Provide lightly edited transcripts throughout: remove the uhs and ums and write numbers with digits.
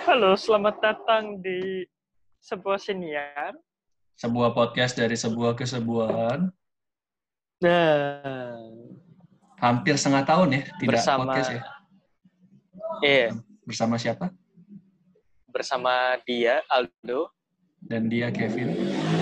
Halo, selamat datang di sebuah siniar. Sebuah podcast dari sebuah kesebuahan. Dan Hampir setengah tahun ya, tidak bersama, podcast ya. Bersama siapa? bersama dia, Aldo. Dan dia, Kevin.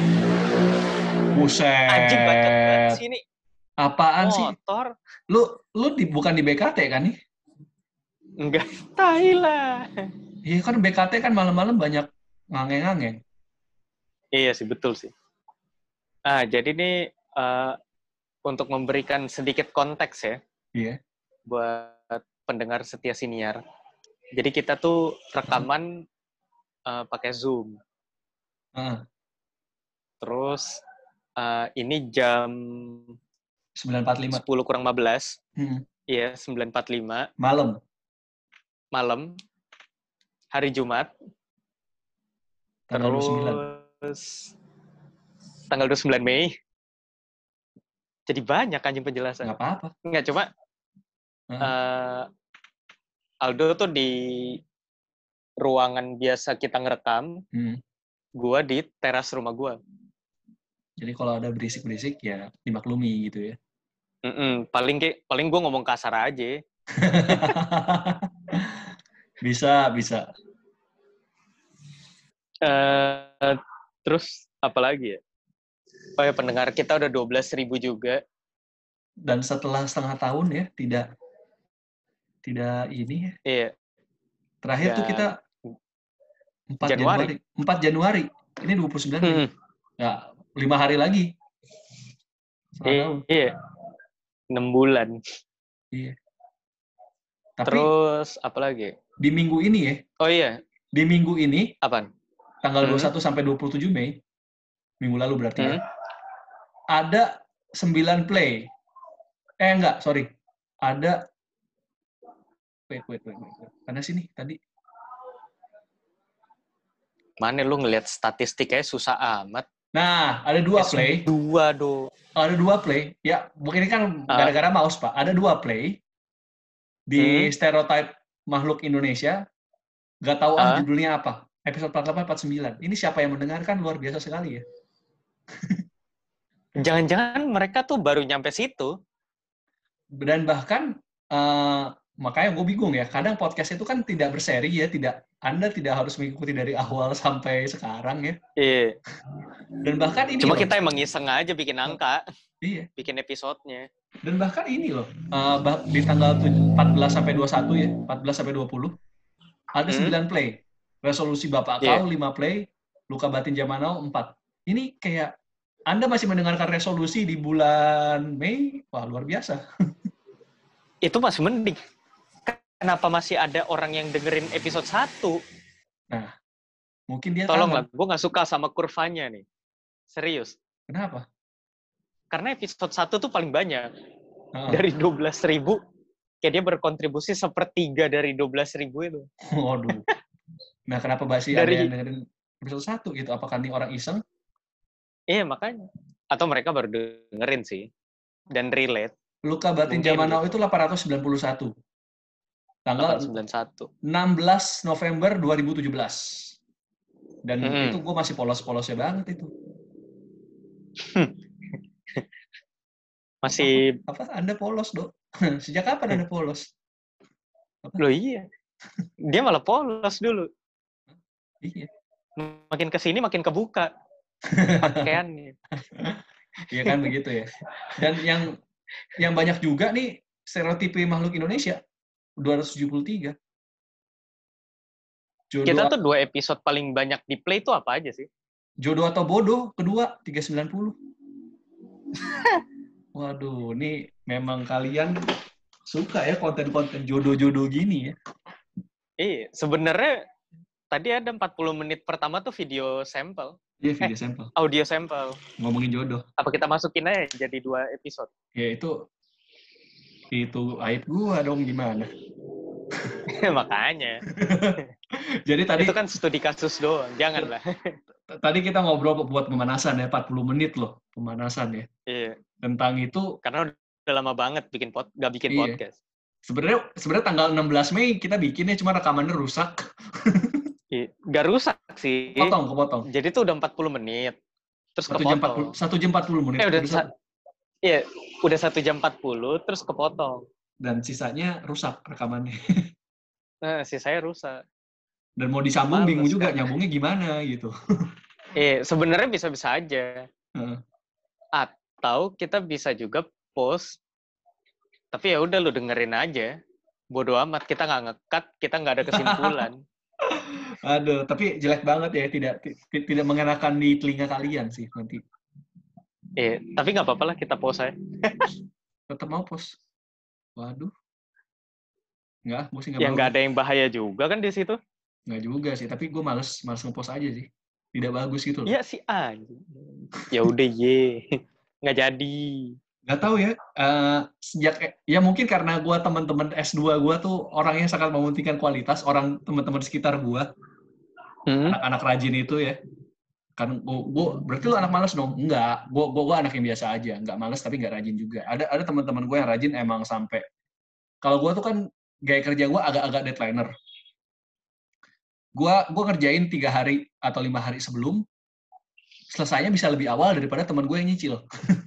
Anjing bacot banget Buset. sih ini. Apaan sih? Motor. Lu bukan di BKT kan nih? Enggak, tai lah. Iya kan BKT kan malam-malam banyak ngangeng-ngangeng. Iya sih, betul sih. Jadi ini untuk memberikan sedikit konteks ya. Iya. Buat pendengar setia siniar. Jadi kita tuh rekaman pakai Zoom. Terus ini jam 9.45. 10 kurang 15. Iya, 9.45. Malam. Hari Jumat. Tanggal Terus tanggal 29 Mei. Jadi banyak anjing penjelasan. Nggak apa-apa. Nggak, cuma Aldo tuh di ruangan biasa kita ngerekam. Gua di teras rumah gua. Jadi kalau ada berisik-berisik ya dimaklumi gitu ya. Paling gue ngomong kasar aja. Bisa. Terus apa lagi ya? Oh ya, pendengar kita udah 12.000 juga. Dan setelah setengah tahun ya, tidak ini ya. Iya. Terakhir tuh kita 4 Januari. Ini 29 Mei. Ya, 5 hari lagi. Iya. 6 bulan. Iya. Tapi, terus apa lagi? Di minggu ini ya. Oh iya. Di minggu ini. Apaan? Tanggal 21 sampai 27 Mei. Minggu lalu berarti ya. Ada 9 play. Enggak, sorry. Ada wait. Mana sini tadi? Mana lu ngelihat statistiknya susah amat. Nah, ada 2 play. Ada 2 play. Ya, mungkin ini kan gara-gara mouse, Pak. Ada 2 play di stereotype makhluk Indonesia. Gak tahu judulnya apa. Episode 48, 49. Ini siapa yang mendengarkan luar biasa sekali ya. Jangan-jangan mereka tuh baru nyampe situ. Dan bahkan makanya gue bingung ya. Kadang podcast itu kan tidak berseri ya, Anda tidak harus mengikuti dari awal sampai sekarang ya. Iya. Dan bahkan ini cuma kita emang iseng aja bikin angka. Iya. Bikin episodenya. Dan bahkan ini loh, di tanggal 14 sampai 21 ya, 14 sampai 20 ada 9 play. Resolusi Bapak Kau 5 play, Luka Batin Zaman Now 4. Ini kayak Anda masih mendengarkan resolusi di bulan Mei, wah luar biasa. Itu masih mending. Kenapa masih ada orang yang dengerin episode 1? Nah, mungkin dia tolonglah, gue nggak suka sama kurvanya nih. Serius. Kenapa? Karena episode 1 tuh paling banyak. Dari 12.000, kayak dia berkontribusi 1/3 dari 12.000 itu. Waduh. Nah, kenapa masih ada yang dengerin episode 1 gitu? Apakah ini orang iseng? Iya, makanya. Atau mereka baru dengerin sih. Dan relate. Luka Batin Zaman Now itu 891. Tanggal 16 November 2017. Dan itu gue masih polos-polosnya banget itu. Masih... Apa? Anda polos, Dok? Sejak kapan Anda polos? Loh iya. Dia malah polos dulu. Iya. Makin kesini makin kebuka pakaiannya. Iya kan begitu ya. Dan yang banyak juga nih stereotipe makhluk Indonesia 273. Kita tuh 2 episode paling banyak di play tuh apa aja sih? Jodoh atau Bodoh kedua 390. Waduh, ini memang kalian suka ya konten-konten jodoh-jodoh gini ya. Iya, sebenarnya tadi ada 40 menit pertama tuh video sampel. Iya, video sampel. Audio sampel. Ngomongin jodoh. Apa kita masukin aja jadi 2 episode? Ya itu aib gua dong gimana? Makanya. Jadi tadi itu kan studi kasus doang, janganlah. Tadi kita ngobrol buat pemanasan ya, 40 menit loh pemanasan ya. Iya. Tentang itu. Karena udah lama banget nggak bikin podcast. Sebenarnya tanggal 16 Mei kita bikinnya, cuma rekamannya rusak. Nggak rusak sih. Kepotong. Jadi tuh udah 40 menit. Terus 1 jam 40, kepotong. 1 jam 40 menit. Udah 1 jam 40, terus kepotong. Dan sisanya rusak rekamannya. Nah, saya rusak. Dan mau disambung Males, bingung juga, kan? nyambungnya gimana gitu. Sebenarnya bisa-bisa aja. Atau kita bisa juga post, tapi ya udah lu dengerin aja. Bodo amat, kita nggak nge-cut, kita nggak ada kesimpulan. Aduh, tapi jelek banget ya, tidak mengenakan di telinga kalian sih nanti. Tapi nggak apa-apa lah, kita post aja. Tetap mau post. Waduh. Enggak, gue sih Ya mau. nggak ada yang bahaya juga kan di situ. Nggak juga sih, tapi gue males nge-post aja sih. Tidak bagus gitu loh. Iya sih anjing. Ya udah nggak jadi. Nggak tahu ya, sejak ya mungkin karena gue teman-teman S2 gue tuh orangnya sangat mementingkan kualitas, teman-teman sekitar gue, anak-anak rajin itu ya. Kan gue berarti lu anak malas dong? Enggak, gue anak yang biasa aja, nggak malas tapi nggak rajin juga. Ada teman-teman gue yang rajin emang sampai, kalau gue tuh kan gaya kerja gue agak-agak deadlineer. Gue ngerjain 3 hari atau 5 hari sebelum, selesainya bisa lebih awal daripada teman gue yang nyicil.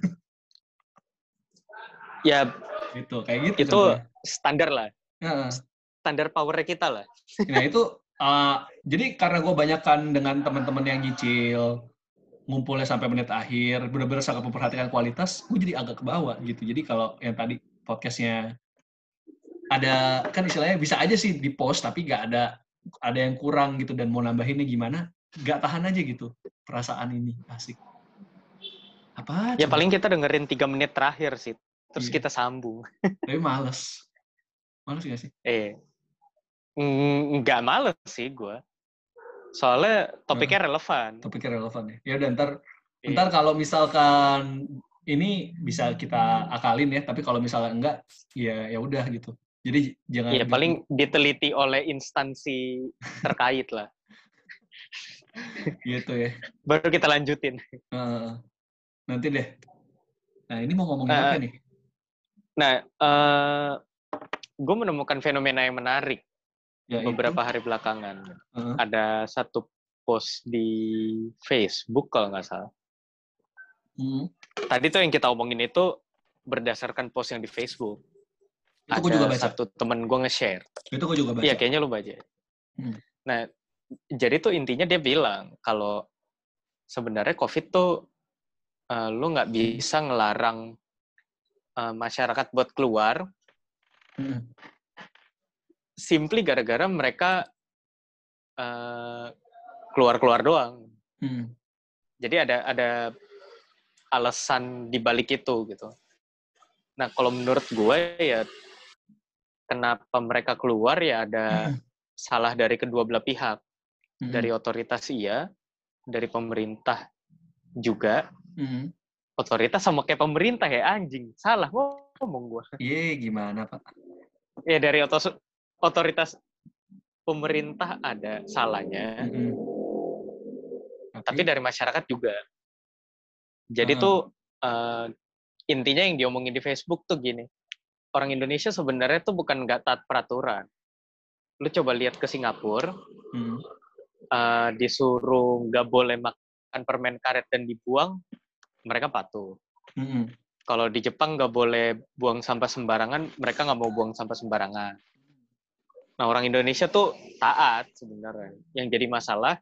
Ya, gitu, kayak gitu. Itu contohnya. Standar lah. Standar power kita lah. Nah itu, jadi karena gue banyakkan dengan teman-teman yang nyicil, ngumpulnya sampai menit akhir, benar-benar sangat memperhatikan kualitas, gue jadi agak ke bawah gitu. Jadi kalau yang tadi podcastnya ada, kan istilahnya bisa aja sih di post, tapi nggak ada yang kurang gitu, dan mau nambahinnya gimana, nggak tahan aja gitu perasaan ini. Asik. Apa? Ya paling kita dengerin 3 menit terakhir sih, terus kita sambung. Tapi males nggak sih? Nggak males sih gue. Soalnya topiknya relevan. Ya. Ya udah ntar kalau misalkan ini bisa kita akalin ya, tapi kalau misalnya enggak, ya udah gitu. Jadi jangan. Iya, paling diteliti oleh instansi terkait lah. Gitu ya. Baru kita lanjutin. Nanti deh. Nah, ini mau ngomongin apa nih? Nah, gue menemukan fenomena yang menarik beberapa hari belakangan. Ada satu post di Facebook kalau nggak salah. Tadi tuh yang kita omongin itu berdasarkan post yang di Facebook. Itu gue juga baca. Satu temen gue nge-share. Itu gue juga baca. Iya, kayaknya lu baca. Nah, jadi tuh intinya dia bilang kalau sebenarnya COVID tuh lu nggak bisa ngelarang masyarakat buat keluar. Simply gara-gara mereka keluar-keluar doang. Jadi ada alasan di balik itu gitu. Nah, kalau menurut gue ya kenapa mereka keluar ya ada salah dari kedua belah pihak. Dari otoritas iya, dari pemerintah juga. Otoritas sama kayak pemerintah ya, anjing. Salah ngomong gue. Gimana, Pak? Ya dari otoritas pemerintah ada salahnya. Tapi dari masyarakat juga. Jadi tuh intinya yang diomongin di Facebook tuh gini. Orang Indonesia sebenarnya tuh bukan nggak taat peraturan. Lu coba lihat ke Singapura, disuruh nggak boleh makan permen karet dan dibuang, mereka patuh. Kalau di Jepang nggak boleh buang sampah sembarangan, mereka nggak mau buang sampah sembarangan. Nah, orang Indonesia tuh taat sebenarnya. Yang jadi masalah,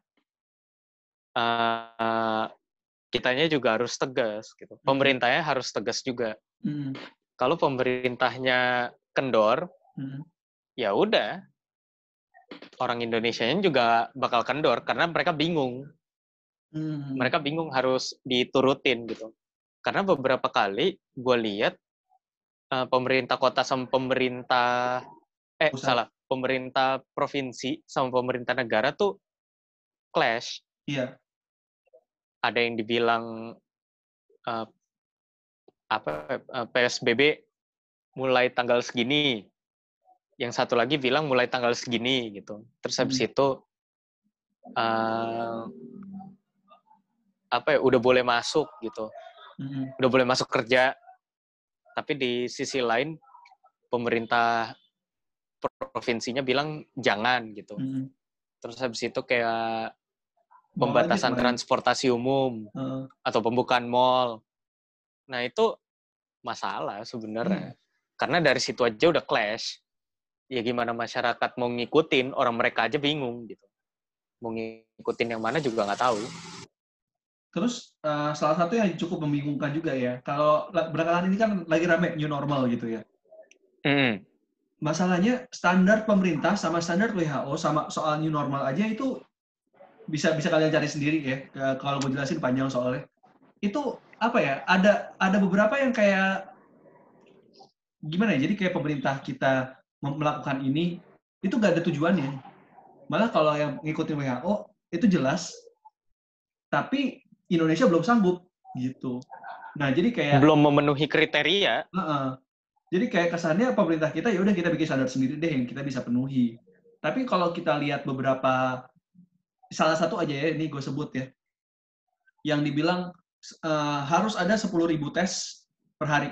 kitanya juga harus tegas. Gitu. Pemerintahnya harus tegas juga. Kalau pemerintahnya kendor, ya udah, orang Indonesianya juga bakal kendor karena mereka bingung. Mereka bingung harus diturutin gitu. Karena beberapa kali gue lihat pemerintah kota sama pemerintah pemerintah provinsi sama pemerintah negara tuh clash. Iya. Ada yang dibilang PSBB mulai tanggal segini. Yang satu lagi bilang mulai tanggal segini gitu. Terus habis itu udah boleh masuk gitu. Udah boleh masuk kerja. Tapi di sisi lain pemerintah provinsinya bilang jangan gitu. Terus habis itu kayak pembatasan transportasi umum atau pembukaan mall. Nah, itu masalah sebenarnya. Karena dari situ aja udah clash. Ya gimana masyarakat mau ngikutin, orang mereka aja bingung gitu. Mau ngikutin yang mana juga nggak tahu. Terus salah satu yang cukup membingungkan juga ya, kalau belakangan ini kan lagi rame new normal gitu ya. Masalahnya standar pemerintah sama standar WHO sama soal new normal aja itu bisa kalian cari sendiri ya. Kalau gue jelasin panjang soalnya. Itu apa ya? Ada beberapa yang kayak gimana ya? Jadi kayak pemerintah kita melakukan ini itu nggak ada tujuannya. Malah kalau yang ngikutin WHO itu jelas, tapi Indonesia belum sanggup gitu. Nah jadi kayak belum memenuhi kriteria. Jadi kayak kesannya pemerintah kita ya udah kita bikin standar sendiri deh yang kita bisa penuhi. Tapi kalau kita lihat beberapa, salah satu aja ya ini gue sebut ya, yang dibilang harus ada 10.000 tes per hari.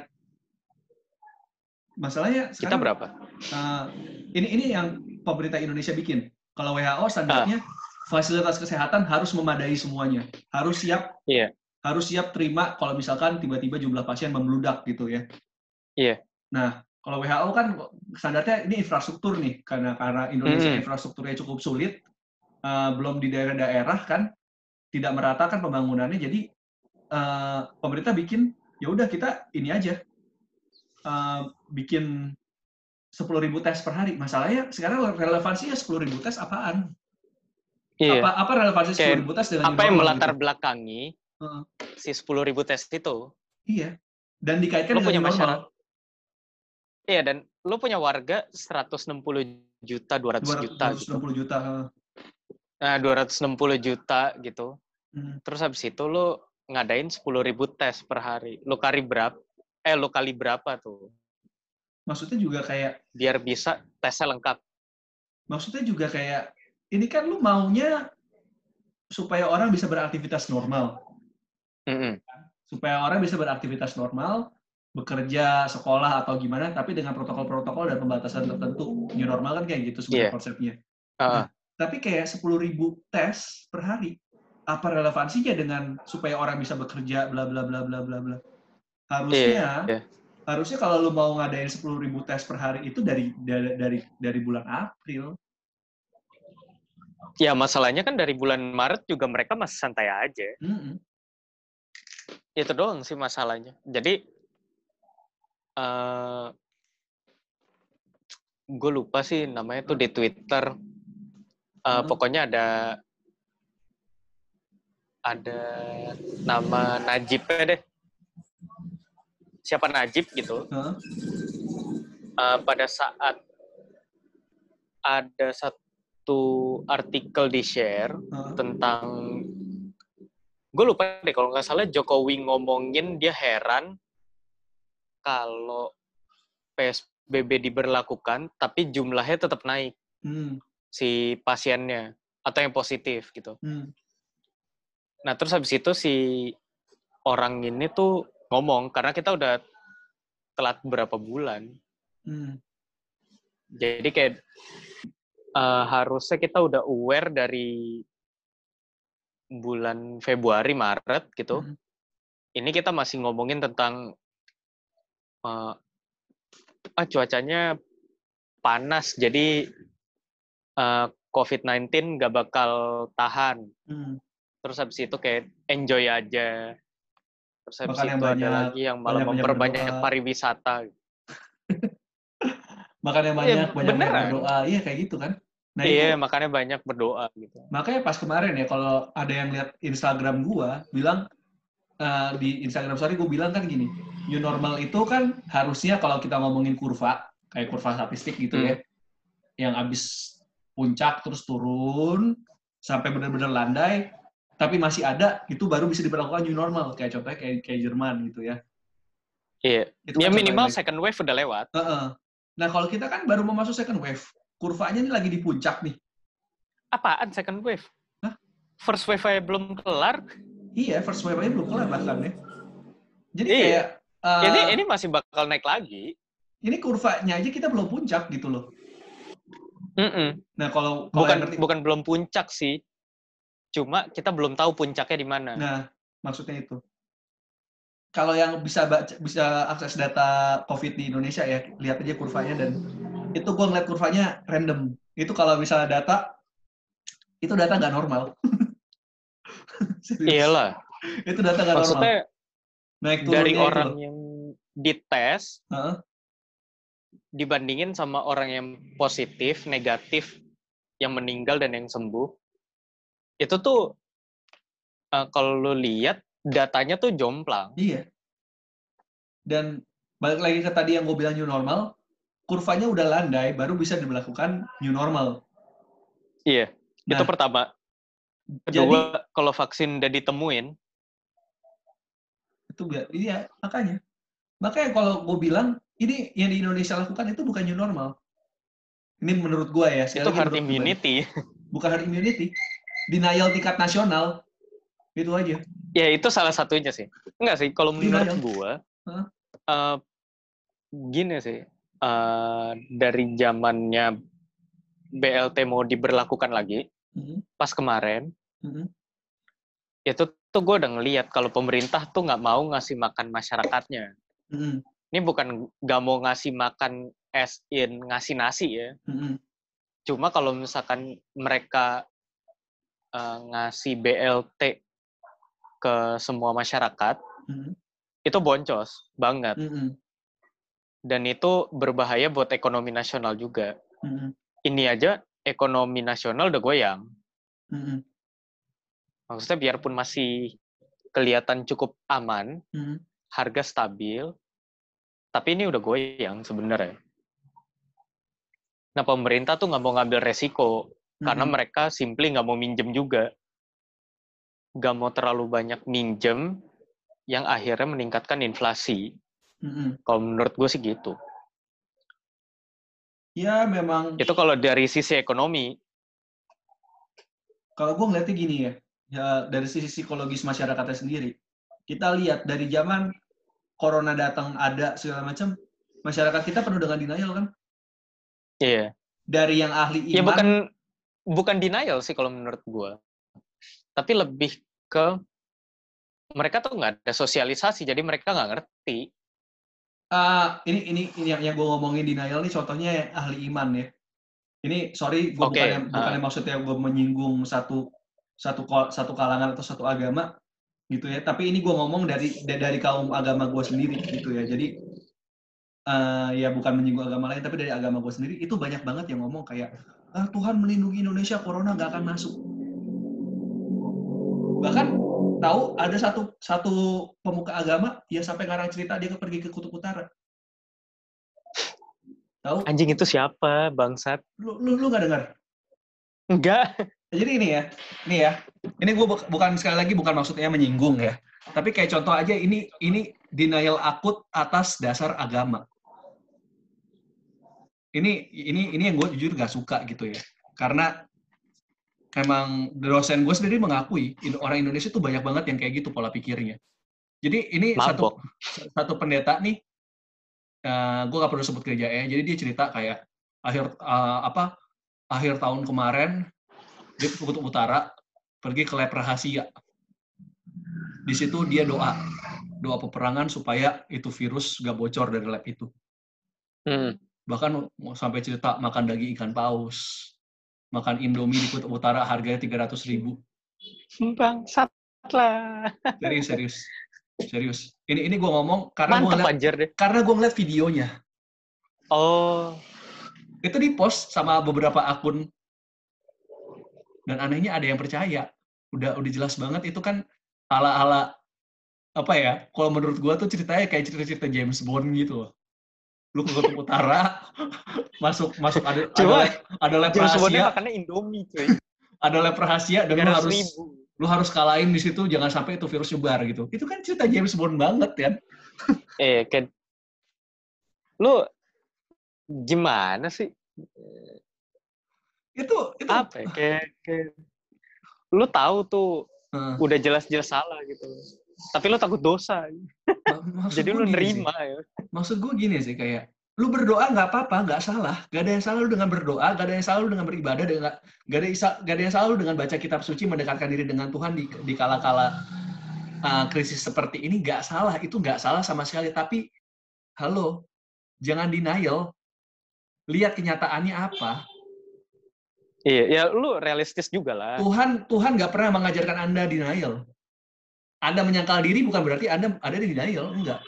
Masalahnya Kita sekarang berapa? Ini yang pemerintah Indonesia bikin. Kalau WHO standarnya fasilitas kesehatan harus memadai semuanya, harus siap, harus siap terima kalau misalkan tiba-tiba jumlah pasien membludak gitu ya. Iya. Nah, kalau WHO kan standarnya ini infrastruktur nih, karena Indonesia infrastrukturnya cukup sulit, belum di daerah-daerah kan, tidak merata kan pembangunannya, jadi pemerintah bikin, ya udah kita ini aja, bikin 10.000 tes per hari. Masalahnya sekarang relevansinya 10.000 tes apaan? Iya. Apa relevansi 10.000 tes dengan apa yang melatar belakangi si 10.000 tes itu? Iya. Dan dikaitkan dengan normal. Iya, dan lo punya warga 160 juta, 200 juta. 260 juta. Nah, 260 juta gitu. Terus habis itu lo ngadain 10.000 tes per hari. Lo kali berapa tuh? Maksudnya juga kayak biar bisa tesnya lengkap. Maksudnya juga kayak ini kan lu maunya supaya orang bisa beraktivitas normal. Supaya orang bisa beraktivitas normal, bekerja, sekolah atau gimana, tapi dengan protokol-protokol dan pembatasan tertentu. New normal kan kayak gitu sebenarnya konsepnya. Nah, tapi kayak 10.000 tes per hari. Apa relevansinya dengan supaya orang bisa bekerja bla bla bla bla bla bla. Harusnya kalau lu mau ngadain 10.000 tes per hari itu dari bulan April. Ya masalahnya kan dari bulan Maret juga mereka masih santai aja. Itu doang sih masalahnya. Jadi gue lupa sih namanya tuh di Twitter. Pokoknya ada nama Najibnya deh. Siapa Najib gitu. Pada saat ada satu artikel di-share tentang, gue lupa deh kalau nggak salah Jokowi ngomongin dia heran kalau PSBB diberlakukan tapi jumlahnya tetap naik si pasiennya atau yang positif gitu. Nah terus habis itu si orang ini tuh ngomong karena kita udah telat berapa bulan. Jadi kayak harusnya kita udah aware dari bulan Februari, Maret gitu. Ini kita masih ngomongin tentang cuacanya panas, jadi COVID-19 nggak bakal tahan. Terus habis itu kayak enjoy aja. Terus habis itu ada lagi yang malah memperbanyak pariwisata. Makanya banyak berdoa. Iya kayak gitu kan. Nah, iya, makanya banyak berdoa gitu. Makanya pas kemarin ya, kalau ada yang lihat Instagram gua, bilang di Instagram story gua bilang kan gini, new normal itu kan harusnya kalau kita ngomongin kurva, kayak kurva statistik gitu ya, yang abis puncak terus turun sampai benar-benar landai, tapi masih ada, itu baru bisa diberlakukan new normal. Kayak contohnya kayak Jerman gitu ya. Iya. Itu kan minimal second wave udah lewat. Nah kalau kita kan baru mau masuk second wave. Kurvanya ini lagi di puncak nih. Apaan second wave? First wave aja belum kelar. Iya, first wave aja belum kelar bahkan ya. Jadi kayak ini masih bakal naik lagi. Ini kurvanya aja kita belum puncak gitu loh. Nah, kalau bukan belum puncak sih. Cuma kita belum tahu puncaknya di mana. Nah, maksudnya itu. Kalau yang bisa akses data COVID di Indonesia ya, lihat aja kurvanya, dan itu gue ngeliat kurvanya random. Itu kalau misalnya itu data nggak normal. Iyalah. Itu data nggak normal. Maksudnya naik dari turunnya orang yang dites dibandingin sama orang yang positif, negatif, yang meninggal dan yang sembuh, itu tuh kalau lu lihat datanya tuh jomplang. Iya. Dan balik lagi ke tadi yang gue bilang new normal, kurvanya udah landai, baru bisa diberlakukan new normal. Iya, itu pertama. Kedua, kalau vaksin udah ditemuin, itu iya, makanya kalau gue bilang ini yang di Indonesia lakukan itu bukan new normal. Ini menurut gue ya. Itu herd immunity. Bukan herd immunity, denial tingkat nasional. Itu aja. Ya itu salah satunya sih. Enggak sih, kalau menurut gue, gini sih, dari zamannya BLT mau diberlakukan lagi, pas kemarin, itu tuh gue udah ngeliat kalau pemerintah tuh nggak mau ngasih makan masyarakatnya. Ini bukan nggak mau ngasih makan as in ngasih nasi ya. Cuma kalau misalkan mereka ngasih BLT ke semua masyarakat, itu boncos banget. Dan itu berbahaya buat ekonomi nasional juga. Ini aja ekonomi nasional udah goyang. Maksudnya biarpun masih kelihatan cukup aman, harga stabil, tapi ini udah goyang sebenarnya. Nah, pemerintah tuh nggak mau ngambil resiko, karena mereka simply nggak mau minjem juga. Nggak mau terlalu banyak minjem, yang akhirnya meningkatkan inflasi. Kalau menurut gue sih gitu. Ya, memang. Itu kalau dari sisi ekonomi. Kalau gue ngeliatnya gini ya, dari sisi psikologis masyarakatnya sendiri. Kita lihat dari zaman corona datang ada segala macam, masyarakat kita penuh dengan denial kan? Iya. Dari yang ahli iman. Ya bukan denial sih kalau menurut gue. Tapi lebih ke mereka tuh nggak ada sosialisasi, jadi mereka nggak ngerti. Ini yang gue ngomongin denial nih contohnya ahli iman ya. Ini sorry, gue bukannya maksudnya gue menyinggung satu kalangan atau satu agama gitu ya. Tapi ini gue ngomong dari kaum agama gue sendiri gitu ya. Jadi ya bukan menyinggung agama lain, tapi dari agama gue sendiri itu banyak banget yang ngomong kayak Tuhan melindungi Indonesia, corona nggak akan masuk. Bahkan tahu ada satu pemuka agama yang sampai ngarang cerita dia pergi ke Kutub Utara. Tahu? Anjing itu siapa, bangsat? Lu nggak dengar? Enggak. Jadi ini ya. Ini gue bukan sekali lagi bukan maksudnya menyinggung ya. Tapi kayak contoh aja ini denial akut atas dasar agama. Ini yang gue jujur gak suka gitu ya. Karena emang dosen gue sendiri mengakui orang Indonesia tuh banyak banget yang kayak gitu pola pikirnya. Jadi ini satu pendeta nih, gue gak perlu sebut gereja ya. Jadi dia cerita kayak akhir tahun kemarin dia ke Kutub Utara pergi ke lab rahasia. Di situ dia doa peperangan supaya itu virus gak bocor dari lab itu. Bahkan sampai cerita makan daging ikan paus, makan Indomie di Kutub Utara harganya 300.000. Bangsat lah. Serius. Ini gue ngomong karena gue ngeliat videonya. Oh. Itu di-post sama beberapa akun. Dan anehnya ada yang percaya. Udah jelas banget itu kan ala-ala apa ya? Kalau menurut gue tuh ceritanya kayak cerita-cerita James Bond gitu loh. Lu ke Kutub Utara, masuk ada lab rahasia. Makannya Indomie, cuy. Ada lab rahasia dan lu harus kalahin di situ, jangan sampai itu virus nyebar gitu. Itu kan cerita James Bond banget kan? Kan lu gimana sih? Itu apa ya? Kayak lu tahu tuh udah jelas-jelas salah gitu. Tapi lu takut dosa. Jadi lu nerima ya. Maksud gue gini sih kayak Lu berdoa nggak apa-apa, nggak salah. Nggak ada yang salah lu dengan berdoa, nggak ada yang salah lu dengan beribadah, nggak ada yang salah lu dengan baca kitab suci, mendekatkan diri dengan Tuhan di kala-kala krisis seperti ini. Nggak salah, itu nggak salah sama sekali. Tapi, halo, jangan denial. Lihat kenyataannya apa. Iya, ya lu realistis juga lah. Tuhan nggak pernah mengajarkan Anda denial. Anda menyangkal diri bukan berarti Anda ada di denial, enggak.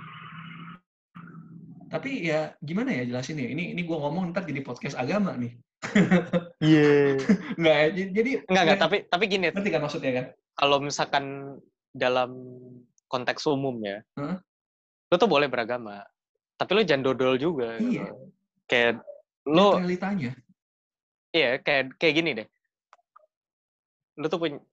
Tapi ya gimana ya jelasin ya? Ini gue ngomong ntar jadi podcast agama nih. Iya. Nggak, jadi enggak, tapi gini. Ngerti kan maksudnya kan? Kalau misalkan dalam konteks umum ya, lu tuh boleh beragama, tapi lu jangan dodol juga. Iya. Kayak lu realitanya. Iya, kayak gini deh. Lu tuh punya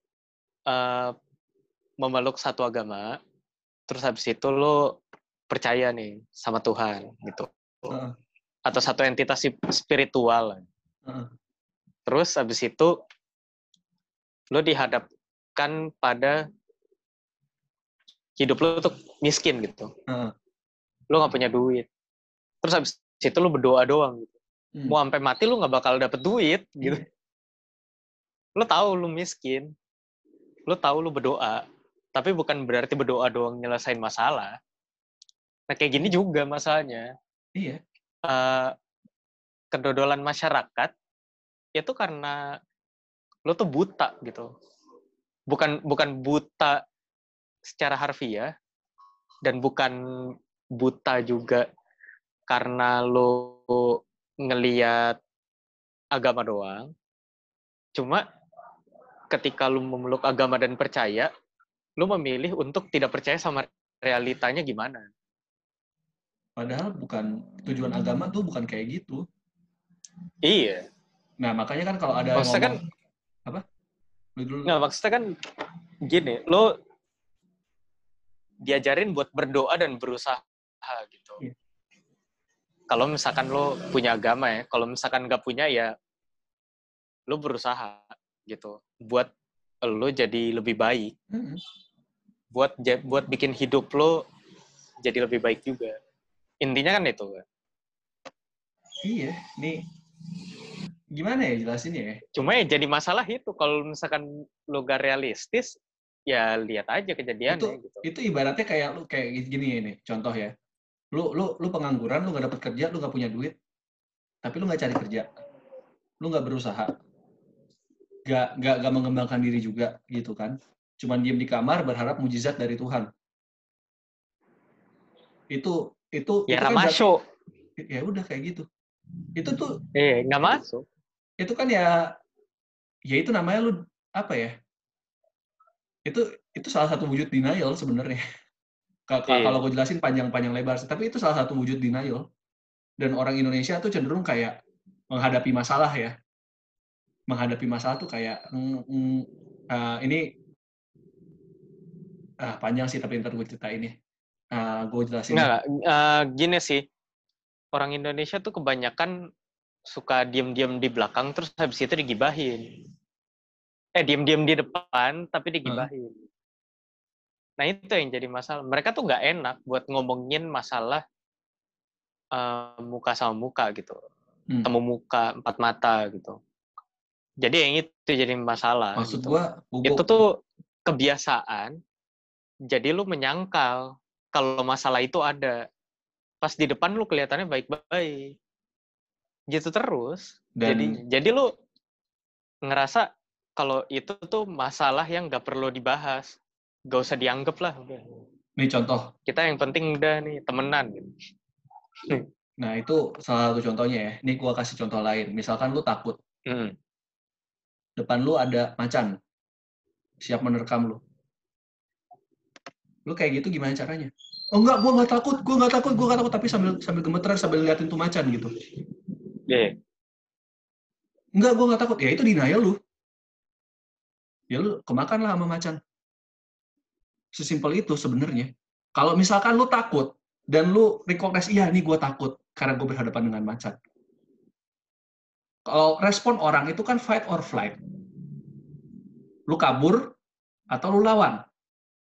memeluk satu agama, terus habis itu lu percaya nih sama Tuhan gitu. Atau satu entitas spiritual. Terus habis itu lu dihadapkan pada hidup lu tuh miskin gitu. Lu nggak punya duit. Terus habis itu lu berdoa doang gitu. Mau sampai mati lu nggak bakal dapet duit gitu. Lu tahu lu miskin. Lu tahu lu berdoa. Tapi bukan berarti berdoa doang nyelesain masalah. Nah kayak gini juga masalahnya. Iya. Kedodolan masyarakat itu karena lu tuh buta gitu. Bukan buta secara harfiah dan bukan buta juga karena lu ngelihat agama doang. Cuma ketika lu memeluk agama dan percaya, lu memilih untuk tidak percaya sama realitanya gimana. Padahal bukan tujuan agama tuh bukan kayak gitu. Iya. Nah, makanya kan kalau ada yang ngomong apa? Nggak, maksudnya kan gini, lo diajarin buat berdoa dan berusaha gitu. Iya. Kalau misalkan lo punya agama ya, kalau misalkan nggak punya ya lo berusaha gitu buat lo jadi lebih baik. Buat bikin hidup lo jadi lebih baik juga. Intinya kan itu. Iya, nih gimana ya jelasin ya? Cuma ya jadi masalah itu kalau misalkan lo gak realistis, ya lihat aja kejadiannya gitu. Itu ibaratnya kayak gini ini, contoh ya. Lu pengangguran, lu nggak dapet kerja, lu nggak punya duit, tapi lu nggak cari kerja, lu nggak berusaha, nggak mengembangkan diri juga gitu kan? Cuman diem di kamar berharap mujizat dari Tuhan. Itu ya kan masuk. Ya udah kayak gitu. Itu tuh nggak masuk. Itu kan ya itu namanya lu apa ya? Itu salah satu wujud denial sebenarnya. Kalau gue jelasin panjang lebar, tapi itu salah satu wujud denial. Dan orang Indonesia tuh cenderung kayak menghadapi masalah ya. Menghadapi masalah tuh kayak ini panjang sih tapi ntar gue ceritain ya. Gue jelasin. Gini sih. Orang Indonesia tuh kebanyakan suka diem-diem di belakang terus habis itu digibahin. Diem-diem di depan tapi digibahin. Nah itu yang jadi masalah. Mereka tuh nggak enak buat ngomongin masalah muka sama muka gitu. Temu muka, empat mata gitu. Jadi yang itu jadi masalah. Maksud gitu. Itu tuh kebiasaan. Jadi lu menyangkal kalau masalah itu ada. Pas di depan lu kelihatannya baik-baik. Gitu terus. Jadi lu ngerasa kalau itu tuh masalah yang nggak perlu dibahas. Gak usah dianggap lah. Nih contoh. Kita yang penting udah nih temenan. Gitu. Nah itu salah satu contohnya ya. Nih gua kasih contoh lain. Misalkan lu takut. Depan lu ada macan. Siap menerkam lu. Lu kayak gitu gimana caranya? Oh enggak, gue nggak takut, tapi sambil gemeteran, sambil liatin tuh macan gitu. Enggak, gue nggak takut. Ya itu denial lu. Ya lu kemakan lah sama macan. Sesimpel itu sebenarnya. Kalau misalkan lu takut dan lu recognize, iya nih gue takut karena gue berhadapan dengan macan. Kalau respon orang itu kan fight or flight. Lu kabur atau lu lawan.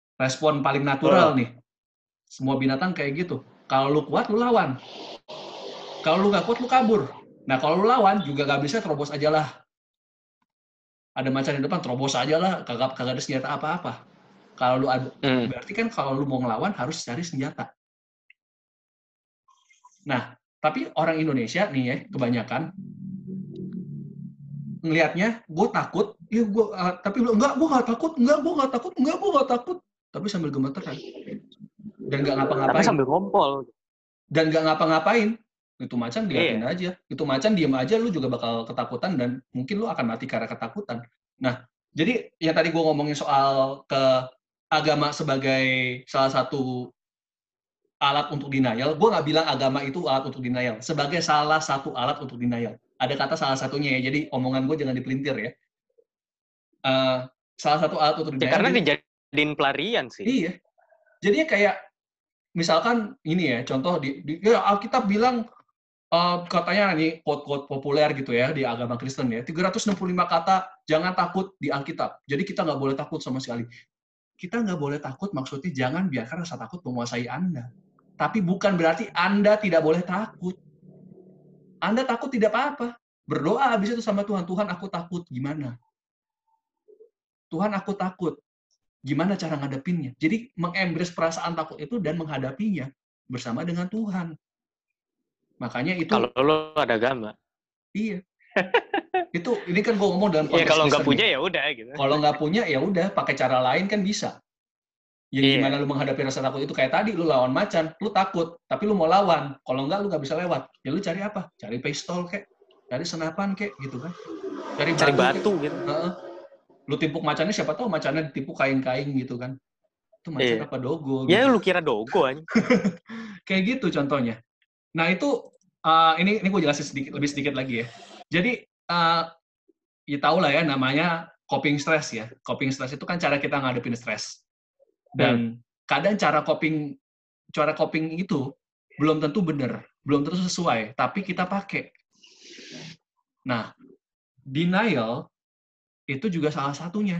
Respon paling natural nih. Semua binatang kayak gitu. Kalau lu kuat, lu lawan. Kalau lu nggak kuat, lu kabur. Nah, kalau lu lawan juga nggak bisa, terobos aja lah. Ada macan di depan, terobos aja lah. Kagak ada senjata apa-apa. Kalau lu berarti kan kalau lu mau ngelawan harus cari senjata. Nah, tapi orang Indonesia nih ya, kebanyakan ngelihatnya, gue takut, iya gue, tapi lu gue nggak takut, gue nggak takut, tapi sambil gemeteran dan nggak ngapa-ngapain. Tapi sambil ngompol. Dan nggak ngapa-ngapain. Itu macan diliatin aja. Itu macan diem aja, lu juga bakal ketakutan dan mungkin lu akan mati karena ketakutan. Nah, jadi yang tadi gue ngomongin soal ke agama sebagai salah satu alat untuk denial, gue nggak bilang agama itu alat untuk denial. Sebagai salah satu alat untuk denial. Ada kata salah satunya ya, jadi omongan gue jangan dipelintir ya. Salah satu alat untuk denial. Ya, karena dijadiin pelarian sih. Iya. Jadinya kayak, misalkan ini ya, contoh ya Alkitab bilang, katanya nih quote-quote populer gitu ya di agama Kristen ya, 365 kata jangan takut di Alkitab. Jadi kita nggak boleh takut sama sekali. Kita nggak boleh takut maksudnya jangan biarkan rasa takut menguasai Anda. Tapi bukan berarti Anda tidak boleh takut. Anda takut tidak apa-apa. Berdoa habis itu sama Tuhan, Tuhan aku takut, gimana? Tuhan aku takut. Gimana cara ngadepinnya? Jadi mengembrace perasaan takut itu dan menghadapinya bersama dengan Tuhan. Makanya itu kalau lo ada agama. Iya. Ini kan gue ngomong dalam konteks ya, kalau nggak punya ya udah gitu. Kalau nggak punya ya udah, pakai cara lain kan bisa. Yang gimana lu menghadapi rasa takut itu, kayak tadi lu lawan macan, lu takut, tapi lu mau lawan. Kalau nggak lu nggak bisa lewat. Ya lu cari apa? Cari pistol kek, cari senapan kek gitu kan. Cari batu gitu. Lu timpuk macannya, siapa tahu macannya ditimpuk kain-kain gitu kan. Itu macan apa dogo ya gitu. Lu kira dogo aja. Kayak gitu contohnya. Nah itu ini gue jelasin lebih sedikit lagi ya. Jadi ya tau lah ya, namanya coping stress ya. Coping stress itu kan cara kita ngadepin stres. Dan kadang cara coping itu belum tentu benar, belum tentu sesuai, tapi kita pakai. Nah, denial itu juga salah satunya.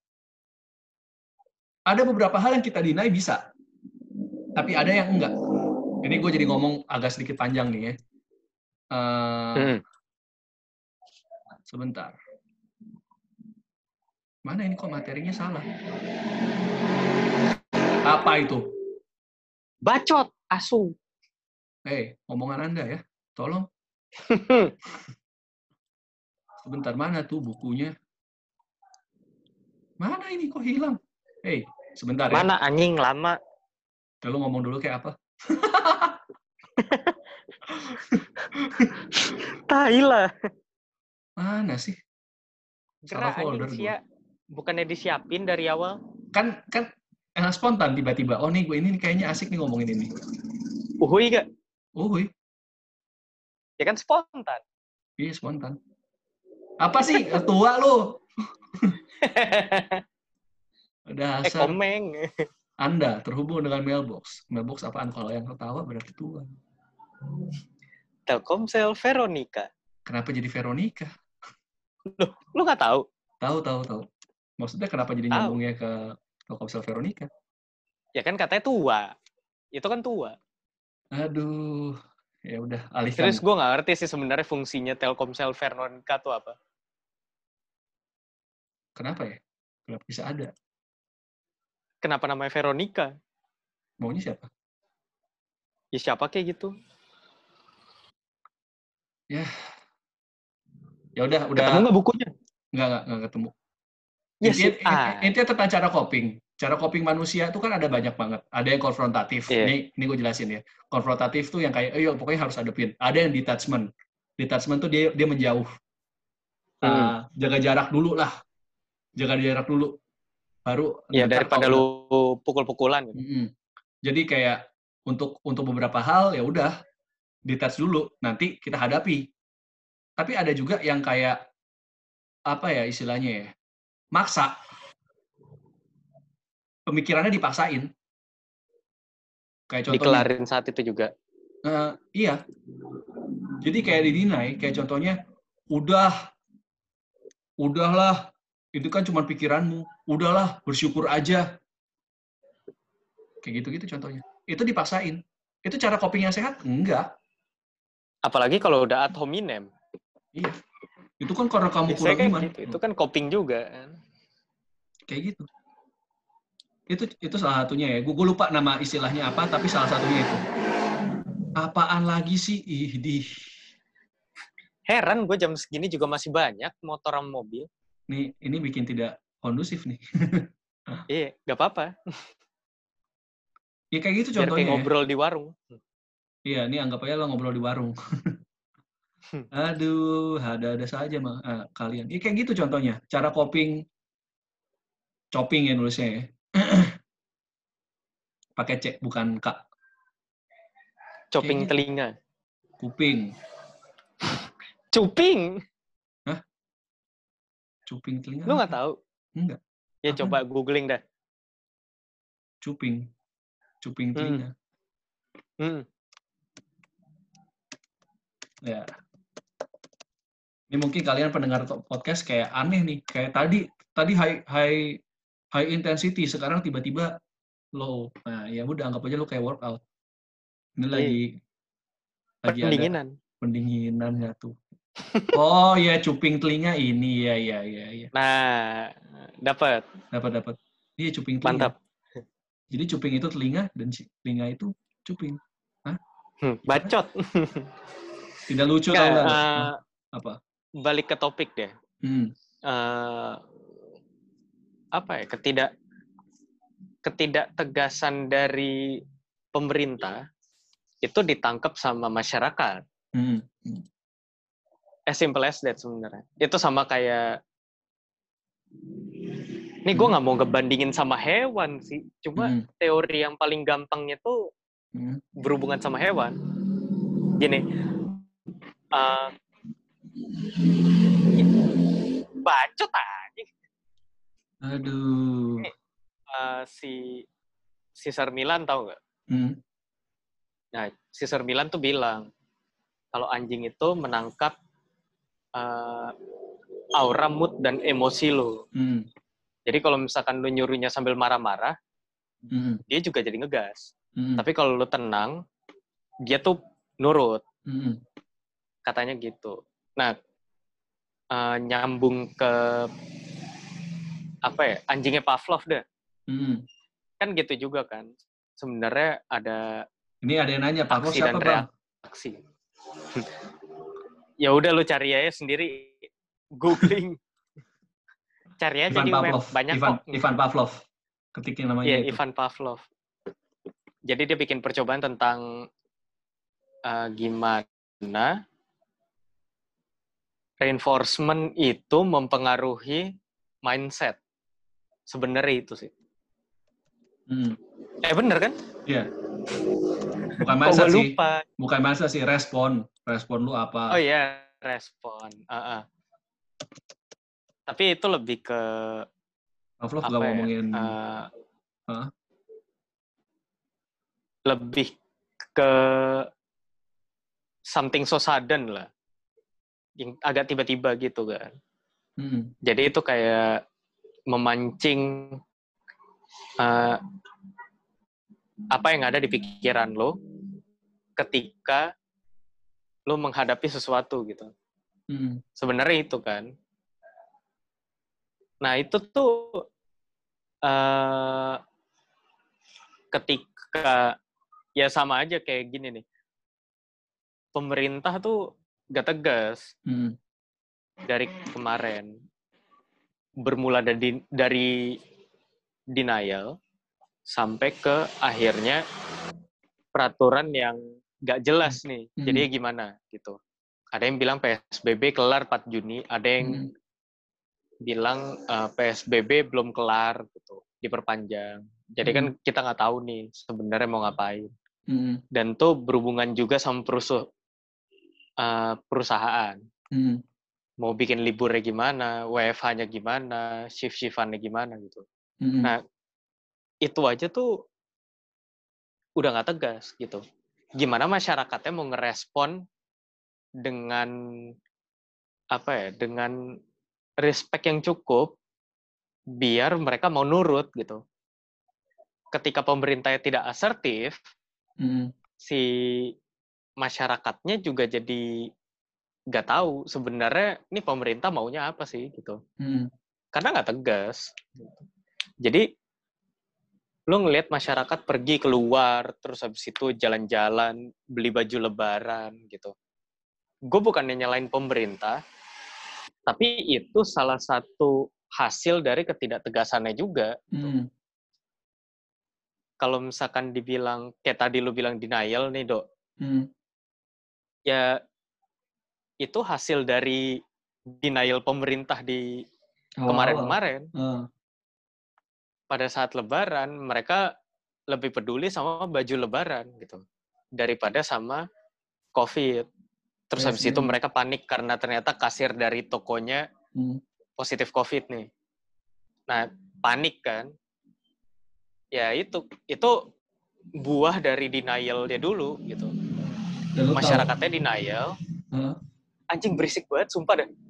Ada beberapa hal yang kita deny bisa, tapi ada yang enggak. Ini gue jadi ngomong agak sedikit panjang nih ya. Sebentar. Mana ini kok materinya salah? Apa itu? Bacot, asu. Omongan Anda ya. Tolong. Sebentar, mana tuh bukunya? Mana ini kok hilang? Sebentar ya. Mana anjing lama. Lu ngomong dulu kayak apa? Tai lah. Mana sih? Gerak anjing bukannya disiapin dari awal. Kan spontan tiba-tiba. Oh nih, ini kayaknya asik nih ngomongin ini. Uhuy gak? Uhuy. Ya kan spontan. Iya, spontan. Apa sih? Tua lu. Udah komeng. Anda terhubung dengan mailbox. Mailbox apaan? Kalau yang ketawa berarti tua. Telkomsel Veronica. Kenapa jadi Veronica? Lu nggak tahu? Tahu. Maksudnya kenapa jadi nyambungnya ke Telkomsel Veronica? Ya kan katanya tua. Itu kan tua. Aduh. Ya udah, alihkan. Terus gue nggak ngerti sih sebenarnya fungsinya Telkomsel Veronica itu apa. Kenapa ya? Kenapa bisa ada? Kenapa namanya Veronica? Maunya siapa? Ya siapa kayak gitu? Ya udah. Ketemu nggak bukunya? Nggak ketemu. Yes, intinya tentang cara coping. Cara coping manusia itu kan ada banyak banget. Ada yang konfrontatif. Ini gue jelasin ya. Konfrontatif tuh yang kayak, pokoknya harus hadapin. Ada yang detachment. Detachment tuh dia menjauh. Jaga jarak dulu lah. Jaga jarak dulu. Baru. Ya daripada lu pukul-pukulan. Jadi kayak untuk beberapa hal ya udah detach dulu. Nanti kita hadapi. Tapi ada juga yang kayak apa ya istilahnya ya? Maksa. Pemikirannya dipaksain. Kayak contohnya. Dikelarin saat itu juga. Iya. Jadi kayak didinai, kayak contohnya, udahlah, itu kan cuma pikiranmu. Udahlah, bersyukur aja. Kayak gitu-gitu contohnya. Itu dipaksain. Itu cara coping yang sehat? Enggak. Apalagi kalau udah ad hominem. Iya. Itu kan karena kamu Biasanya kurang kan iman. gitu. Itu kan coping juga. Kayak gitu. Itu salah satunya ya. Gue lupa nama istilahnya apa, tapi salah satunya itu. Apaan lagi sih? Heran gue jam segini juga masih banyak motor sama mobil. Nih, ini bikin tidak kondusif nih. Iya, gak apa-apa. Ya kayak gitu Biar kayak contohnya ya. ngobrol di warung. Iya, ini anggap aja lo ngobrol di warung. Aduh, ada-ada saja kalian. Ya kayak gitu contohnya. Cara chopping ya nulisnya ya. Pakai C, bukan K. Coping Gitu. telinga. Kuping. Cuping? Hah? Cuping telinga Lu apa? nggak tahu? Enggak. Ya Apa? coba googling dah. Cuping telinga. Ya. Ini mungkin kalian pendengar podcast kayak aneh nih. Kayak tadi high intensity, sekarang tiba-tiba low. Nah, ya udah anggap aja lu kayak workout. Ini lagi ada Pendinginan. pendinginannya tuh. Oh ya, cuping telinga ini ya. Nah, dapat. Iya, cuping telinga. Mantap. Jadi cuping itu telinga dan telinga itu cuping. Hah? Bacot. Tidak lucu tau nggak? Apa? Balik ke topik deh. Apa ya? Ketidaktegasan dari pemerintah itu ditangkap sama masyarakat. As simple as that sebenarnya. Itu sama kayak, ini gue nggak mau ngebandingin sama hewan sih, cuma teori yang paling gampangnya tuh berhubungan sama hewan. Gini, bacot aja. Aduh. Si Cesar Milan tahu nggak? Nah, Cesar Milan tuh bilang kalau anjing itu menangkap aura, mood, dan emosi lo. Jadi kalau misalkan lu nyuruhnya sambil marah-marah, dia juga jadi ngegas. Tapi kalau lu tenang, dia tuh nurut. Katanya gitu. Nah, nyambung ke apa ya? Anjingnya Pavlov deh. Kan gitu juga kan. Sebenarnya ada. Ini ada yang nanya, Pavlov siapa, Bang? Reaksi. Ya udah lu cari aja sendiri, googling. Cari aja di web, banyak kok. Ivan Pavlov. Ketikin namanya itu. Ivan Pavlov. Jadi dia bikin percobaan tentang gimana reinforcement itu mempengaruhi mindset. Sebenarnya itu sih. Bener kan? Iya. Bukan mindset sih. Bukan mindset sih, respon. Respon lu apa? Oh iya, respon. Tapi itu lebih ke Pavlov gak ngomongin lebih ke something so sudden lah. Yang agak tiba-tiba gitu kan. Jadi itu kayak memancing apa yang ada di pikiran lo ketika lo menghadapi sesuatu gitu. Sebenarnya itu kan. Nah itu tuh ketika ya sama aja kayak gini nih. Pemerintah tuh gak tegas dari kemarin. Bermula dari denial sampai ke akhirnya peraturan yang gak jelas nih. Jadi gimana gitu. Ada yang bilang PSBB kelar 4 Juni, ada yang bilang PSBB belum kelar gitu, diperpanjang. Jadi kan kita nggak tahu nih sebenarnya mau ngapain. Dan tuh berhubungan juga sama perusahaan. Mau bikin liburnya gimana, WFH-nya gimana, shift-shiftannya gimana gitu. Nah, itu aja tuh udah nggak tegas gitu. Gimana masyarakatnya mau ngerespon dengan apa ya, dengan respect yang cukup biar mereka mau nurut gitu. Ketika pemerintahnya tidak asertif, si masyarakatnya juga jadi nggak tahu sebenarnya ini pemerintah maunya apa sih gitu. Karena nggak tegas. Jadi lu ngelihat masyarakat pergi keluar, terus habis itu jalan-jalan, beli baju lebaran gitu. Gue bukannya nyalain pemerintah, tapi itu salah satu hasil dari ketidaktegasannya juga. Kalau misalkan dibilang, kayak tadi lu bilang denial nih, Dok. Ya, itu hasil dari denial pemerintah di kemarin-kemarin. Pada saat lebaran, mereka lebih peduli sama baju lebaran gitu daripada sama COVID. Terus habis itu mereka panik karena ternyata kasir dari tokonya positif COVID nih. Nah, panik kan. Ya itu buah dari denial dia dulu gitu. Masyarakatnya denial. Anjing berisik banget, sumpah deh.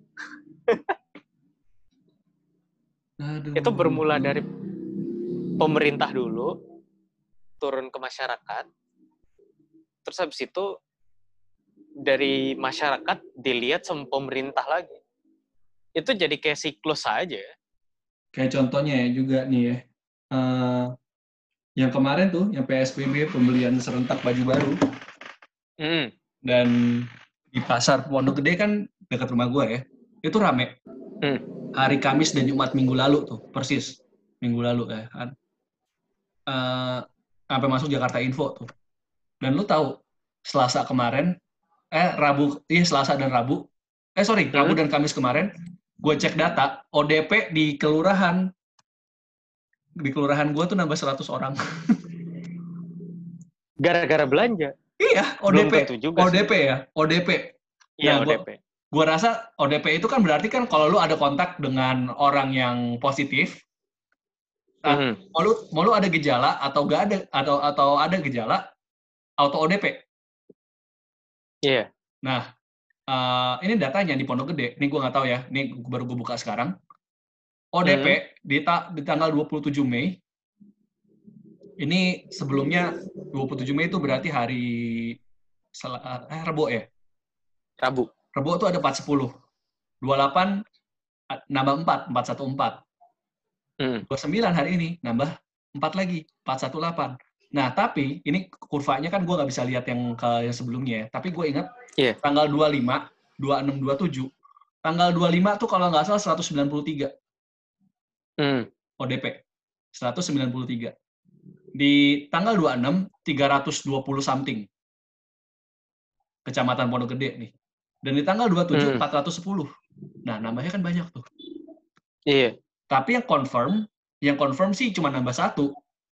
Itu bermula dari pemerintah dulu, turun ke masyarakat, terus habis itu dari masyarakat dilihat sama pemerintah lagi. Itu jadi kayak siklus aja. Kayak contohnya ya juga nih ya, yang kemarin tuh, yang PSBB, pembelian serentak baju baru, dan di pasar Pondok Gede kan dekat rumah gue ya, itu rame. Hari Kamis dan Jumat minggu lalu tuh, persis minggu lalu ya kan. Sampai masuk Jakarta Info tuh. Dan lu tahu, Selasa kemarin, Rabu dan Kamis kemarin, gue cek data, ODP di kelurahan gue tuh nambah 100 orang. Gara-gara belanja? Iya, ODP ya, ODP. Iya, ODP. Gue rasa ODP itu kan berarti kan kalau lu ada kontak dengan orang yang positif, mau lu ada gejala atau gak ada atau ada gejala, auto ODP. Iya. Nah, ini datanya di Pondok Gede. Ini gue nggak tahu ya. Ini baru gue buka sekarang. ODP di tanggal 27 Mei. Ini sebelumnya 27 Mei itu berarti hari Rabu ya? Rabu itu ada 410. 28 nambah 4, 414. 29 hari ini nambah 4 lagi, 418. Nah, tapi ini kurvanya kan gue nggak bisa lihat yang sebelumnya ya. Tapi gue ingat tanggal 25, 26, 27. Tanggal 25 tuh kalau nggak salah 193. ODP. 193. Di tanggal 26, 320 something. Kecamatan Pondok Gede nih. Dan di tanggal 27, 410. Nah, nambahnya kan banyak tuh. Iya. Tapi yang confirm sih cuma nambah 1.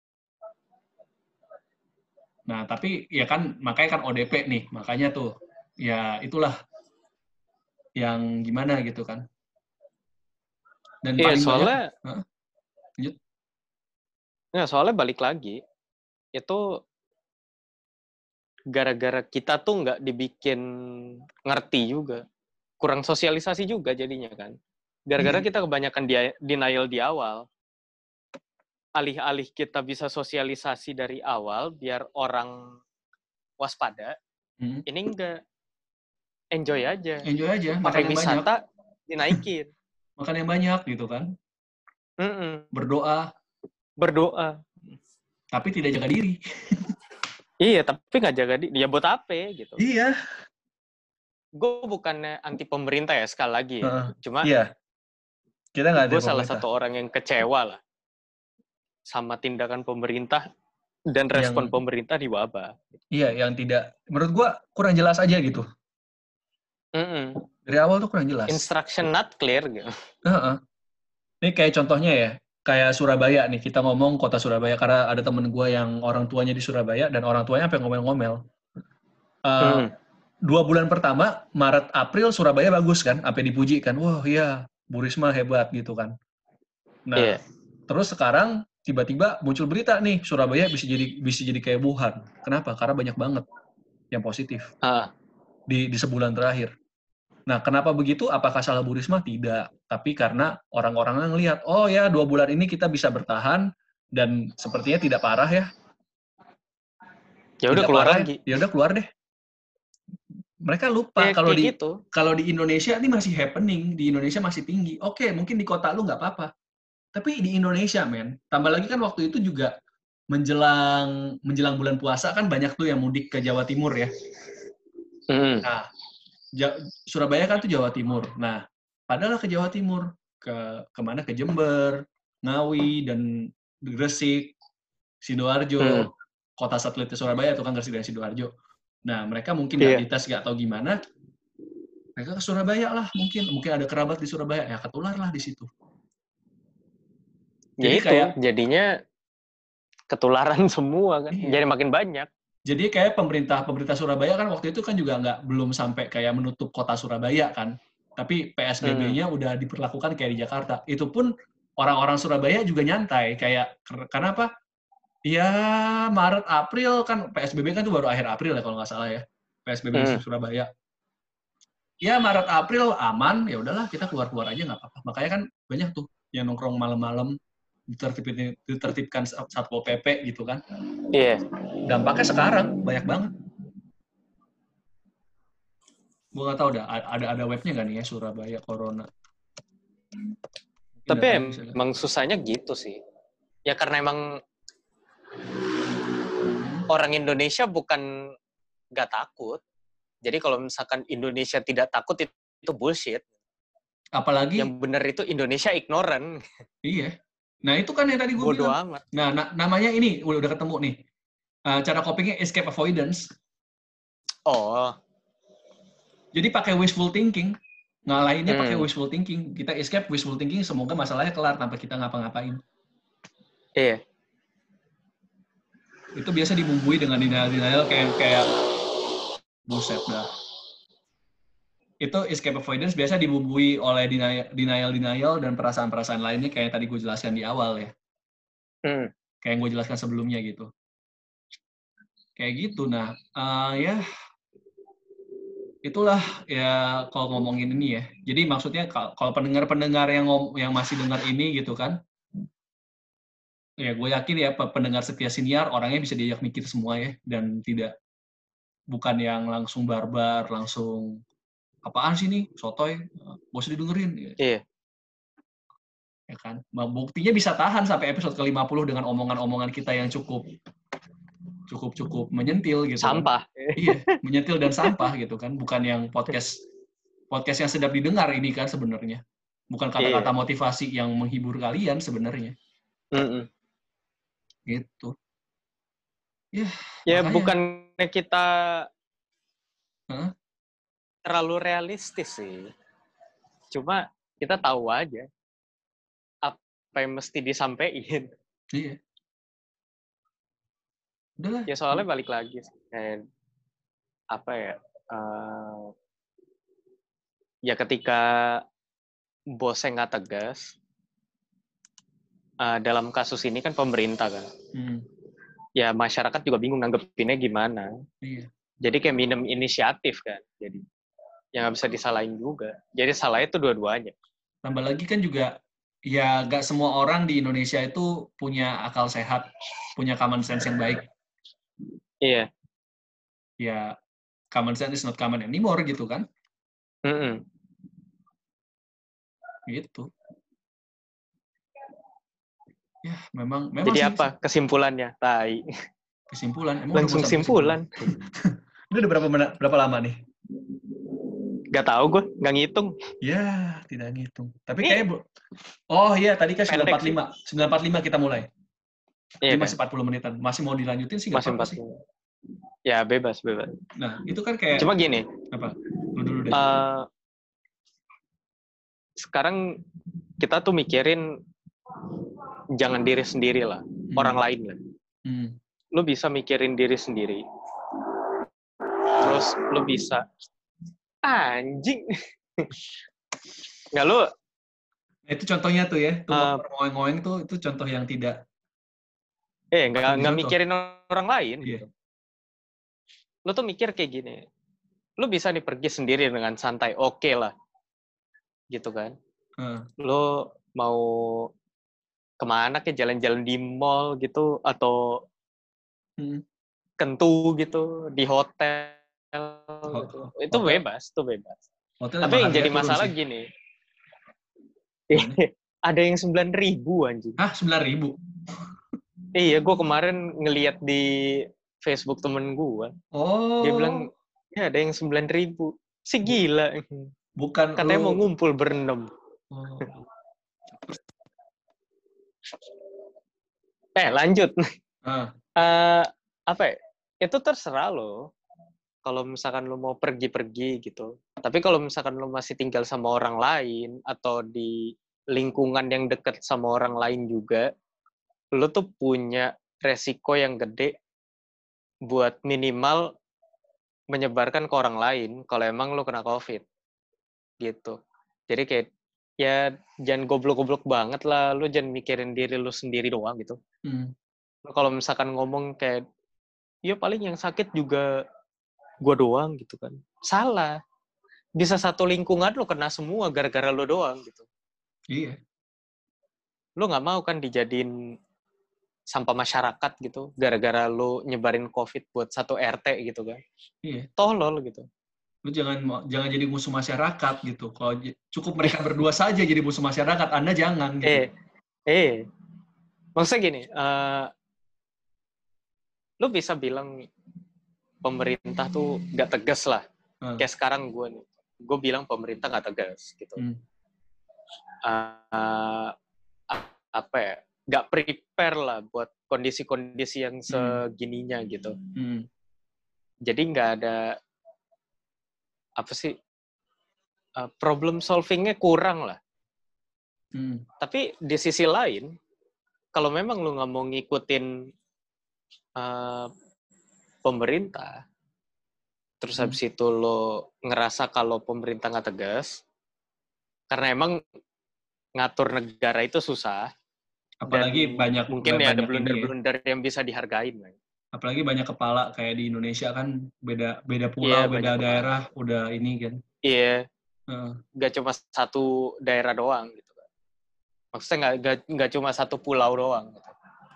Nah, tapi ya kan, makanya kan ODP nih. Makanya tuh, ya itulah yang gimana gitu kan. Dan paling soalnya, lanjut. Ya, soalnya balik lagi, itu gara-gara kita tuh nggak dibikin ngerti juga. Kurang sosialisasi juga jadinya kan. Gara-gara kita kebanyakan denial di awal. Alih-alih kita bisa sosialisasi dari awal biar orang waspada, ini enggak. Enjoy aja. Makan yang banyak. Dinaikin. Makan yang banyak gitu kan. Berdoa. Tapi tidak jaga diri. Iya, tapi nggak jaga diri. Ya buat apa gitu. Iya. Gue bukannya anti pemerintah ya, sekali lagi ya. Cuma kita nggak gue salah satu orang yang kecewa lah sama tindakan pemerintah dan respon pemerintah di wabah. Iya, yang tidak, menurut gue kurang jelas aja gitu. Dari awal tuh kurang jelas. Instruction not clear gitu. Ini kayak contohnya ya, kayak Surabaya nih, kita ngomong kota Surabaya, karena ada temen gue yang orang tuanya di Surabaya, dan orang tuanya sampai ngomel-ngomel. 2 bulan pertama, Maret, April, Surabaya bagus kan, sampai dipuji kan, wah iya, Bu Risma hebat gitu kan. Nah, terus sekarang, tiba-tiba muncul berita nih, Surabaya bisa jadi kayak Wuhan. Kenapa? Karena banyak banget yang positif di sebulan terakhir. Nah, kenapa begitu? Apakah salah Bu Risma? Tidak. Tapi karena orang-orang ngelihat, oh ya 2 bulan ini kita bisa bertahan dan sepertinya tidak parah ya. Ya udah keluar lagi. Ya udah keluar deh. Mereka lupa kalau gitu. Kalau di Indonesia ini masih happening, di Indonesia masih tinggi. Oke, mungkin di kota lu nggak apa-apa. Tapi di Indonesia, men. Tambah lagi kan waktu itu juga menjelang bulan puasa kan banyak tuh yang mudik ke Jawa Timur ya. Nah, Surabaya kan tuh Jawa Timur. Nah, padahal ke Jawa Timur, kemana? Ke Jember, Ngawi, dan Gresik, Sidoarjo, kota satelit Surabaya, itu kan Gresik dan Sidoarjo. Nah, mereka mungkin nggak dites, nggak tahu gimana. Mereka ke Surabaya lah, mungkin ada kerabat di Surabaya, ya ketular lah di situ. Jadi kayak jadinya ketularan semua kan, jadi makin banyak. Jadi kayak pemerintah Surabaya kan waktu itu kan juga belum sampai kayak menutup kota Surabaya kan, tapi PSBB-nya udah diperlakukan kayak di Jakarta. Itu pun orang-orang Surabaya juga nyantai, kayak karena apa? Ya Maret April kan PSBB kan tuh baru akhir April ya kalau nggak salah ya, PSBB di Surabaya. Ya Maret April aman, ya udahlah kita keluar aja nggak apa-apa. Makanya kan banyak tuh yang nongkrong malam-malam ditertibkan Satpol PP gitu kan. Iya. Dampaknya sekarang banyak banget. Gue nggak tahu ada webnya nggak nih ya Surabaya Corona. Tapi emang susahnya gitu sih. Ya karena emang orang Indonesia bukan nggak takut. Jadi kalau misalkan Indonesia tidak takut itu bullshit. Apalagi yang benar itu Indonesia ignorant. Iya. Nah itu kan yang tadi gue bodo bilang. Amat. Nah namanya ini udah ketemu nih. Cara copingnya escape avoidance. Oh. Jadi pakai wishful thinking. Ngalahinnya pakai wishful thinking. Kita escape wishful thinking, semoga masalahnya kelar tanpa kita ngapa-ngapain. Iya. Itu biasa dibumbui dengan denial kayak buset dah. Itu escape avoidance biasa dibumbui oleh denial dan perasaan-perasaan lainnya kayak tadi gue jelaskan di awal ya. Kayak yang gue jelaskan sebelumnya gitu. Kayak gitu. Nah, ya itulah ya kalau ngomongin ini ya. Jadi maksudnya kalau pendengar-pendengar yang masih dengar ini gitu kan, ya gue yakin ya pendengar setia siniar orangnya bisa diajak mikir semua ya, dan bukan yang langsung barbar, langsung apaan sih nih sotoy, gak usah didengerin. Iya. Ya kan, buktinya bisa tahan sampai episode ke-50 dengan omongan-omongan kita yang cukup menyentil gitu. Sampah. Kan? Iya, menyentil dan sampah gitu kan, bukan yang podcast yang sedap didengar ini kan sebenarnya. Bukan kata-kata motivasi yang menghibur kalian sebenarnya. Gitu. Ya makanya, bukannya kita terlalu realistis sih. Cuma kita tahu aja apa yang mesti disampaikan. Iya. Udahlah. Ya soalnya balik lagi kayak apa ya? Ya ketika bosnya nggak tegas, dalam kasus ini kan pemerintah kan. Ya masyarakat juga bingung nanggepinnya gimana. Iya. Jadi kayak minum inisiatif kan. Jadi yang nggak bisa disalahin juga. Jadi salahnya itu dua-duanya. Tambah lagi kan juga ya nggak semua orang di Indonesia itu punya akal sehat, punya common sense yang baik. Iya. Ya common sense is not common anymore gitu kan. Gitu. Ya memang jadi sih, apa kesimpulannya? Tai. Kesimpulan langsung kesimpulan. Ini udah berapa lama nih? Gak tahu gue, gak ngitung. Ya, tidak ngitung. Tapi kayak oh iya tadi kan 9.45 kita mulai. Iya, masih 40 menitan. Masih mau dilanjutin sih nggak apa-apa sih. Ya bebas. Nah itu kan kayak. Cuma gini. Apa? Lu dulu deh. Sekarang kita tuh mikirin jangan diri sendiri lah, orang lain lah. Lu bisa mikirin diri sendiri. Terus lu bisa anjing. Nggak lu. Itu contohnya tuh ya, tuh ngoeng-ngoeng tuh itu contoh yang tidak. Nggak mikirin orang lain. Iya. Gitu. Lu tuh mikir kayak gini. Lu bisa nih pergi sendiri dengan santai, oke lah. Gitu kan. Lu mau kemana kayak jalan-jalan di mall gitu atau kentu gitu di hotel gitu. Itu bebas. Hotel tapi yang jadi masalah sih. Gini. Ada yang 9.000 anjing. Hah, 9.000? Iya, gue kemarin ngeliat di Facebook temen gue. Oh. Dia bilang, ya ada yang 9.000. Si gila. Bukan katanya mau ngumpul berenam. Oh. Lanjut. Apa ya? Itu terserah lo. Kalau misalkan lo mau pergi-pergi gitu. Tapi kalau misalkan lo masih tinggal sama orang lain atau di lingkungan yang dekat sama orang lain juga, lo tuh punya resiko yang gede buat minimal menyebarkan ke orang lain kalau emang lo kena COVID. Gitu. Jadi kayak ya jangan goblok-goblok banget lah, lo jangan mikirin diri lo sendiri doang gitu. Kalau misalkan ngomong kayak ya paling yang sakit juga gue doang gitu kan. Salah. Bisa satu lingkungan lo kena semua gara-gara lo doang gitu. Iya. Lo nggak mau kan dijadiin sampah masyarakat gitu gara-gara lo nyebarin COVID buat satu RT gitu kan. Iya. Tolol gitu. Lo jangan jadi musuh masyarakat gitu. Kalau cukup mereka berdua saja jadi musuh masyarakat, Anda jangan gitu. Maksudnya gini, lo bisa bilang pemerintah tuh nggak tegas lah. Kayak sekarang gue bilang pemerintah nggak tegas gitu. Apa ya? Nggak prepare lah buat kondisi-kondisi yang segininya gitu. Jadi nggak ada apa sih problem solvingnya kurang lah. Tapi di sisi lain, kalau memang lu nggak mau ngikutin pemerintah, terus habis itu lo ngerasa kalau pemerintah nggak tegas, karena emang ngatur negara itu susah. Apalagi dan mungkin ya ada blunder-blunder yang bisa dihargain. Apalagi banyak kepala kayak di Indonesia kan beda pulau, beda daerah, udah ini kan. Iya. Nggak cuma satu daerah doang gitu kan. Maksudnya nggak cuma satu pulau doang. Gitu.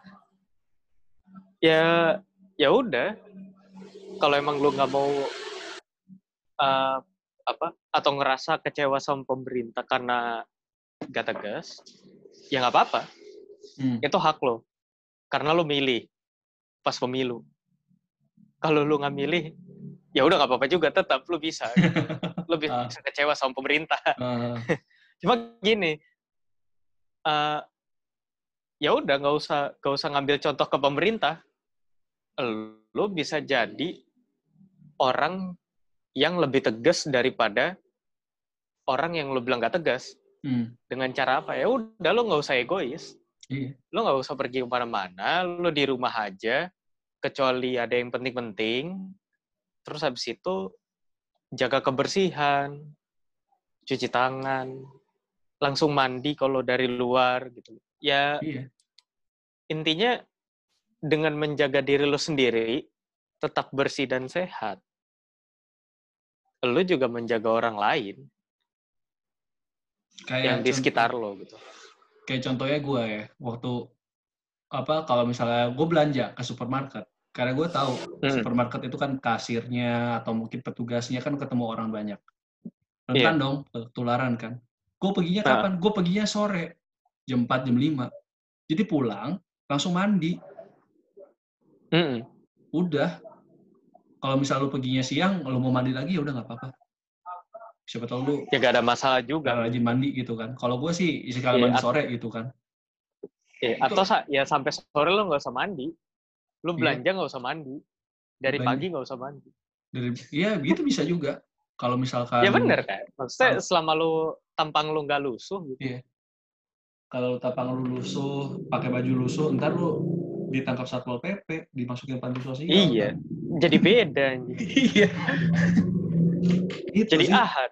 Ya udah. Kalau emang lu nggak mau atau ngerasa kecewa sama pemerintah karena nggak tegas, ya nggak apa-apa. Itu hak lo. Karena lo milih pas pemilu. Kalau lo nggak milih, ya udah nggak apa-apa juga. Tetap lo bisa. Gitu. Lo bisa kecewa sama pemerintah. Cuma gini, ya udah nggak usah ngambil contoh ke pemerintah. Lo bisa jadi orang yang lebih tegas daripada orang yang lo bilang nggak tegas. Dengan cara apa? Ya udah lo nggak usah egois. Lo nggak usah pergi kemana-mana, lo di rumah aja, kecuali ada yang penting-penting, terus habis itu jaga kebersihan, cuci tangan, langsung mandi kalau dari luar gitu. Ya, intinya dengan menjaga diri lo sendiri, tetap bersih dan sehat, lo juga menjaga orang lain yang di sekitar lo gitu. Kayak contohnya gue ya, waktu kalau misalnya gue belanja ke supermarket, karena gue tahu supermarket itu kan kasirnya atau mungkin petugasnya kan ketemu orang banyak, rentan dong ketularan kan. Gue perginya kapan? Gue perginya sore, jam 4, jam 5. Jadi pulang langsung mandi. Udah. Kalau misalnya lu perginya siang, lu mau mandi lagi ya udah nggak apa-apa. Siapa tahu lu ya gak ada masalah juga. Gak rajin mandi gitu kan. Kalau gue sih sekali mandi sore gitu kan. Atau ya sampai sore lo nggak usah mandi. Lo belanja nggak usah mandi. Dari pagi nggak usah mandi. Iya, gitu bisa juga. Kalau misalkan... Ya bener kan. Maksudnya selama lo tampang lo nggak lusuh gitu. Iya. Kalau tampang lo lusuh, pakai baju lusuh, ntar lo ditangkap Satpol PP, dimasukin panti sosial. Iya. Kan? Jadi beda. Iya. Jadi ahad.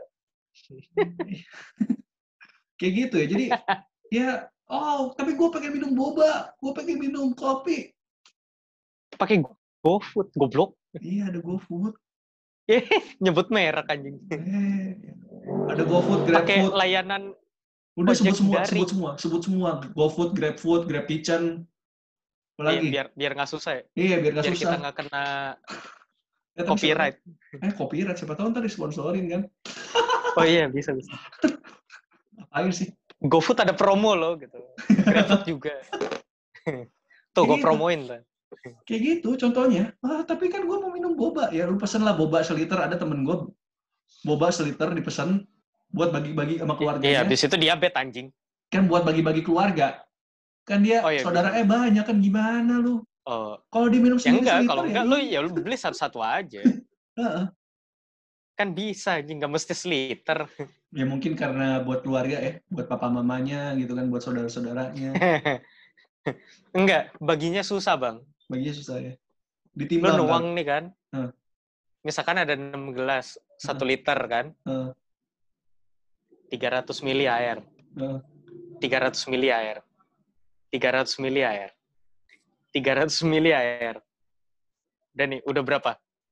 Kayak gitu ya. Jadi ya, tapi gue pengen minum boba, gue pengen minum kopi. Pakai GoFood, goblok. Iya, ada GoFood. Nyebut merek anjing. Ada GoFood, GrabFood. Pakai layanan. Udah sebut semua. GoFood, GrabFood, Grab Kitchen. Apalagi? Biar nggak susah ya. Iya, biar nggak susah. Kita nggak kena Copyright. Copyright. Siapa tahu ntar disponsorin kan. Oh iya, bisa. Ayo sih. GoFood ada promo loh gitu. GrabFood juga. Tuh, gue promoin tuh. Kayak gitu contohnya. Tapi kan gue mau minum boba. Ya lu pesen lah boba seliter. Ada temen gue boba seliter dipesan buat bagi-bagi sama keluarganya. Iya, habis itu diabetes anjing. Kan buat bagi-bagi keluarga. Kan dia saudaranya banyak kan gimana lu? Oh. Kalau diminum sendiri seliter kalau enggak lu beli satu-satu aja. Kan bisa anjing, nggak mesti seliter. Ya mungkin karena buat keluarga ya, buat papa mamanya gitu kan, buat saudara-saudaranya. Enggak, baginya susah, Bang. Baginya susah ya. Ditimbang lu nuang nih kan. Misalkan ada 6 gelas, 1 liter kan. 300 mili air. 300 mili air. 300 mili air. 300 mili air. Dan nih, udah berapa?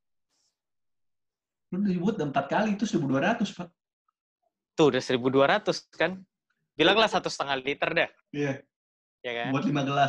Lu dibuat 4 kali, itu 1.200, Pak. Tuh, udah 1.200 kan? Bilanglah 1,5 liter dah. Iya. Ya kan? Buat 5 gelas.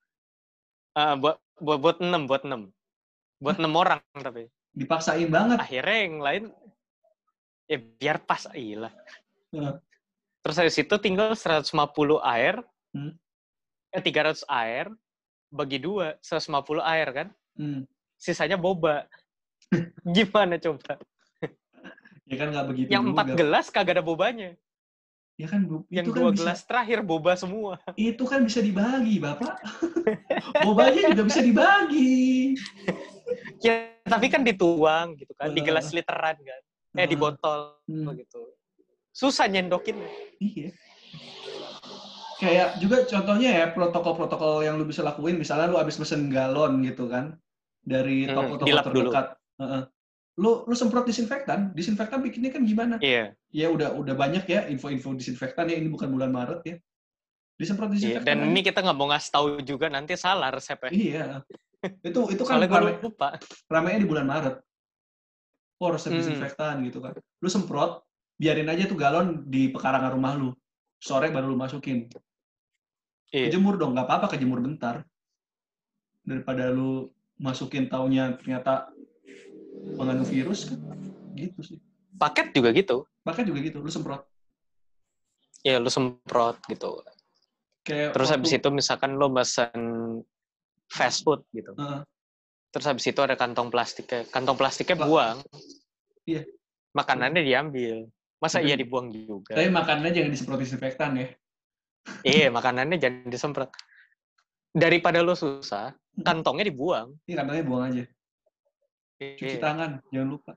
Buat 6. Buat 6 orang tapi. Dipaksain banget. Akhirnya yang lain, ya biar pas. Iya lah. Terus dari situ tinggal 150 air. 300 air. Bagi 2, 150 air kan? Sisanya boba. Gimana coba? Ya kan nggak begitu yang juga. 4 gelas kagak ada bobanya. Ya kan, yang itu 2 kan gelas terakhir boba semua. Itu kan bisa dibagi, Bapak. Bobanya juga bisa dibagi. Ya, tapi kan dituang gitu kan, di gelas literan kan. Di botol gitu. Susah nyendokin. Iya. Kayak juga contohnya ya, protokol-protokol yang lu bisa lakuin, misalnya lu habis pesen galon gitu kan, dari toko-toko terdekat. Lu semprot disinfektan bikinnya kan gimana? Iya. Ya udah banyak ya info-info disinfektan ya, ini bukan bulan Maret ya. Disemprot disinfektan. Iya, dan ini kita nggak mau ngasih tahu juga, nanti salah resepnya. Iya. Itu kan soalnya gue lupa. Ramainya di bulan Maret. Resep disinfektan gitu kan. Lu semprot, biarin aja tuh galon di pekarangan rumah lu. Sore baru lu masukin. Iya. Kejemur dong, nggak apa-apa kejemur bentar. Daripada lu masukin taunya ternyata mengandung virus kan. Gitu sih. Paket juga gitu, lu semprot. Iya, lu semprot gitu. Terus habis itu misalkan lu mesen fast food gitu. Terus habis itu ada kantong plastiknya buang. Iya. Makanannya diambil. Masa iya dibuang juga? Tapi makanannya jangan disemprot disinfektan ya. Iya, makanannya jangan disemprot. Daripada lu susah, kantongnya dibuang. Iya, kantongnya buang aja. Cuci tangan, jangan lupa.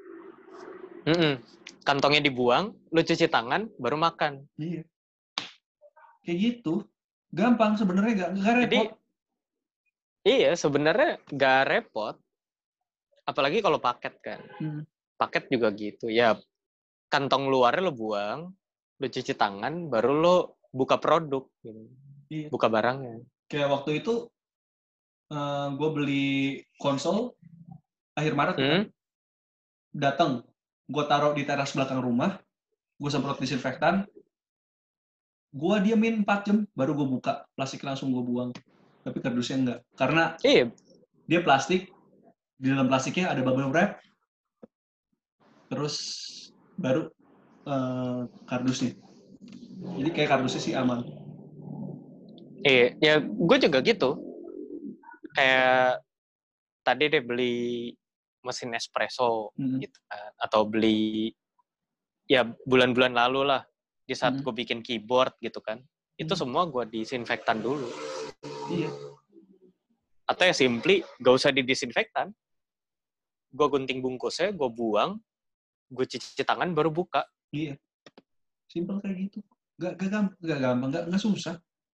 Kantongnya dibuang, lu cuci tangan, baru makan. Iya. Kayak gitu. Gampang sebenarnya, nggak repot. Jadi, iya, sebenarnya nggak repot. Apalagi kalau paket kan. Paket juga gitu. Ya, kantong luarnya lu buang, lu cuci tangan, baru lu buka produk. Gitu. Iya. Buka barangnya. Kayak waktu itu, gue beli konsol, akhir Maret kan. Datang, gue taruh di teras belakang rumah, gue semprot disinfektan, gue diamin 4 jam, baru gue buka, plastik langsung gue buang. Tapi kardusnya enggak. Karena dia plastik, di dalam plastiknya ada bubble wrap, terus baru kardusnya. Jadi kayak kardusnya sih aman. Iya, ya gue juga gitu. Kayak tadi deh beli mesin espresso gitu kan, atau beli ya bulan-bulan lalu lah di saat gue bikin keyboard gitu kan, itu semua gue disinfektan dulu. Iya. Atau ya simply gak usah didisinfektan, gue gunting bungkusnya, gue buang, gue cuci tangan baru buka. Iya, simple kayak gitu, gak gampang, gak susah.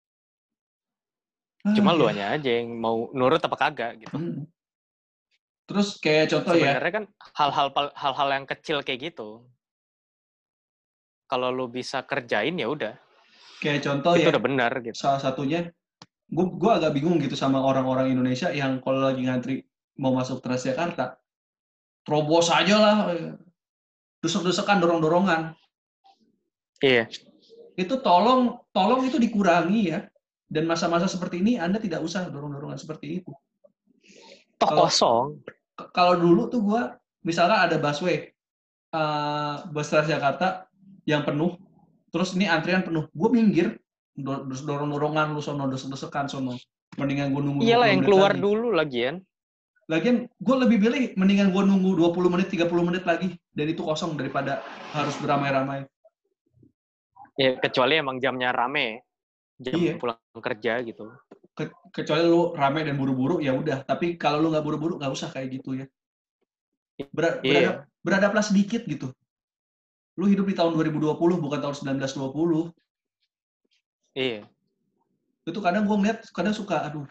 Cuma lu aja yang mau nurut apa kagak gitu. Terus kayak contoh sebenarnya kan hal-hal yang kecil kayak gitu, kalau lu bisa kerjain ya udah. Kayak contoh itu ya, udah benar gitu. Salah satunya, gue agak bingung gitu sama orang-orang Indonesia yang kalau lagi ngantri mau masuk Transjakarta, terobos aja lah, desek-desekan, dorong-dorongan. Iya. Itu tolong itu dikurangi ya. Dan masa-masa seperti ini Anda tidak usah dorong-dorongan seperti itu. Kosong. Kalau dulu tuh gue, misalkan ada busway, bus Transjakarta yang penuh, terus ini antrian penuh, gue minggir, dorong-dorongan lu sono, desek-desekan sono. Mendingan gue nunggu 20 Iyalah yang menit keluar lagi. dulu lagian. Lagian gue lebih pilih mendingan gue nunggu 20 menit, 30 menit lagi, dan itu kosong daripada harus beramai-ramai. Ya, kecuali emang jamnya rame, jam Iya. pulang kerja gitu. Kecuali lu rame dan buru-buru, ya udah. Tapi kalau lu nggak buru-buru, nggak usah kayak gitu ya. Iya. Beradaplah sedikit gitu. Lu hidup di tahun 2020, bukan tahun 1920. Iya. Itu kadang gue ngeliat, kadang suka, aduh.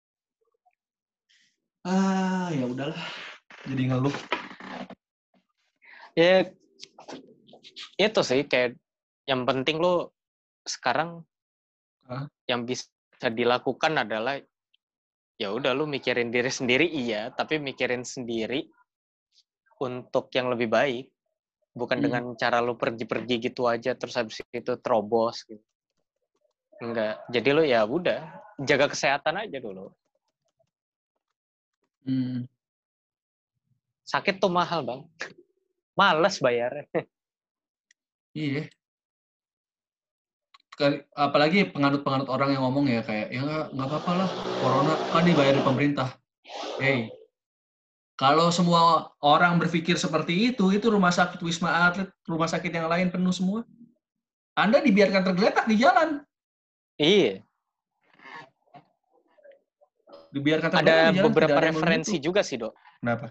Ya udahlah. Jadi ngeluh. Ya, itu sih kayak yang penting lu sekarang yang bisa dilakukan adalah ya udah lu mikirin diri sendiri iya, tapi mikirin sendiri untuk yang lebih baik, bukan dengan cara lu pergi-pergi gitu aja terus habis itu terobos gitu. Enggak. Jadi lu ya udah jaga kesehatan aja dulu. Sakit tuh mahal, Bang. Males bayarnya. Iya. Apalagi penganut-penganut orang yang ngomong ya kayak, ya nggak apa-apa lah, corona kan dibayar di pemerintah. Hey, kalau semua orang berpikir seperti itu rumah sakit Wisma Atlet, rumah sakit yang lain penuh semua. Anda dibiarkan tergeletak di jalan. Iya. Dibiarkan ada di jalan, beberapa tidak ada referensi juga sih, Dok. Kenapa?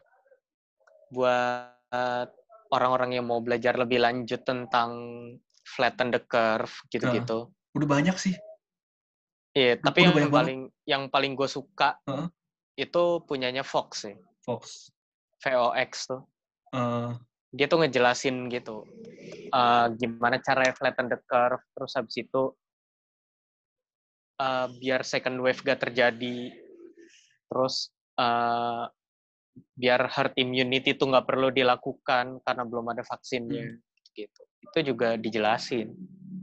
Buat orang-orang yang mau belajar lebih lanjut tentang flatten the curve gitu-gitu. Udah banyak sih. Iya, tapi yang paling gue suka itu punyanya Fox sih. Fox. VOX tuh. Dia tuh ngejelasin gitu. Gimana cara flatten the curve, terus habis itu biar second wave gak terjadi. Terus biar herd immunity itu nggak perlu dilakukan karena belum ada vaksinnya gitu. Itu juga dijelasin.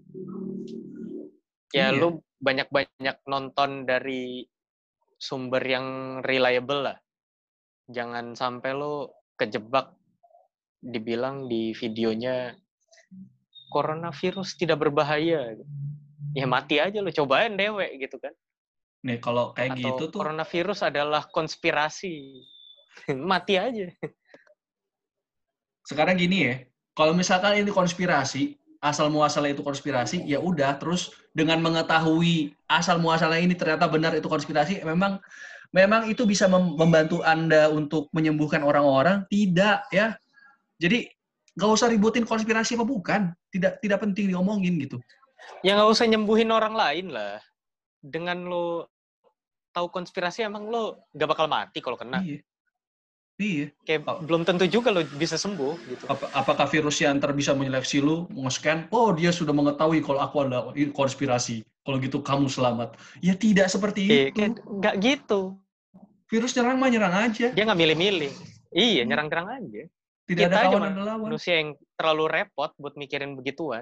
Ya lu banyak-banyak nonton dari sumber yang reliable lah. Jangan sampai lu kejebak dibilang di videonya coronavirus tidak berbahaya. Ya mati aja lu, cobain dewek gitu kan. Nih kalau kayak atau gitu tuh coronavirus adalah konspirasi. Mati aja. Sekarang gini ya, kalau misalkan ini konspirasi, asal muasalnya itu konspirasi, ya udah. Terus dengan mengetahui asal muasalnya ini ternyata benar itu konspirasi, memang itu bisa membantu Anda untuk menyembuhkan orang-orang? Tidak ya. Jadi nggak usah ributin konspirasi apa bukan. Tidak penting diomongin gitu. Ya nggak usah nyembuhin orang lain lah. Dengan lo tahu konspirasi emang lo nggak bakal mati kalau kena. Iya. Kayak belum tentu juga lo bisa sembuh gitu. Apakah virus yang ntar bisa menyeleksi lo, nge-scan, oh dia sudah mengetahui kalau aku adalah konspirasi. Kalau gitu kamu selamat. Ya tidak seperti itu. Nggak gitu. Virus nyerang mah nyerang aja. Dia nggak milih-milih. Iya, nyerang-nyerang aja. Tidak kita ada aja kawan dan lawan. Manusia yang terlalu repot buat mikirin begituan.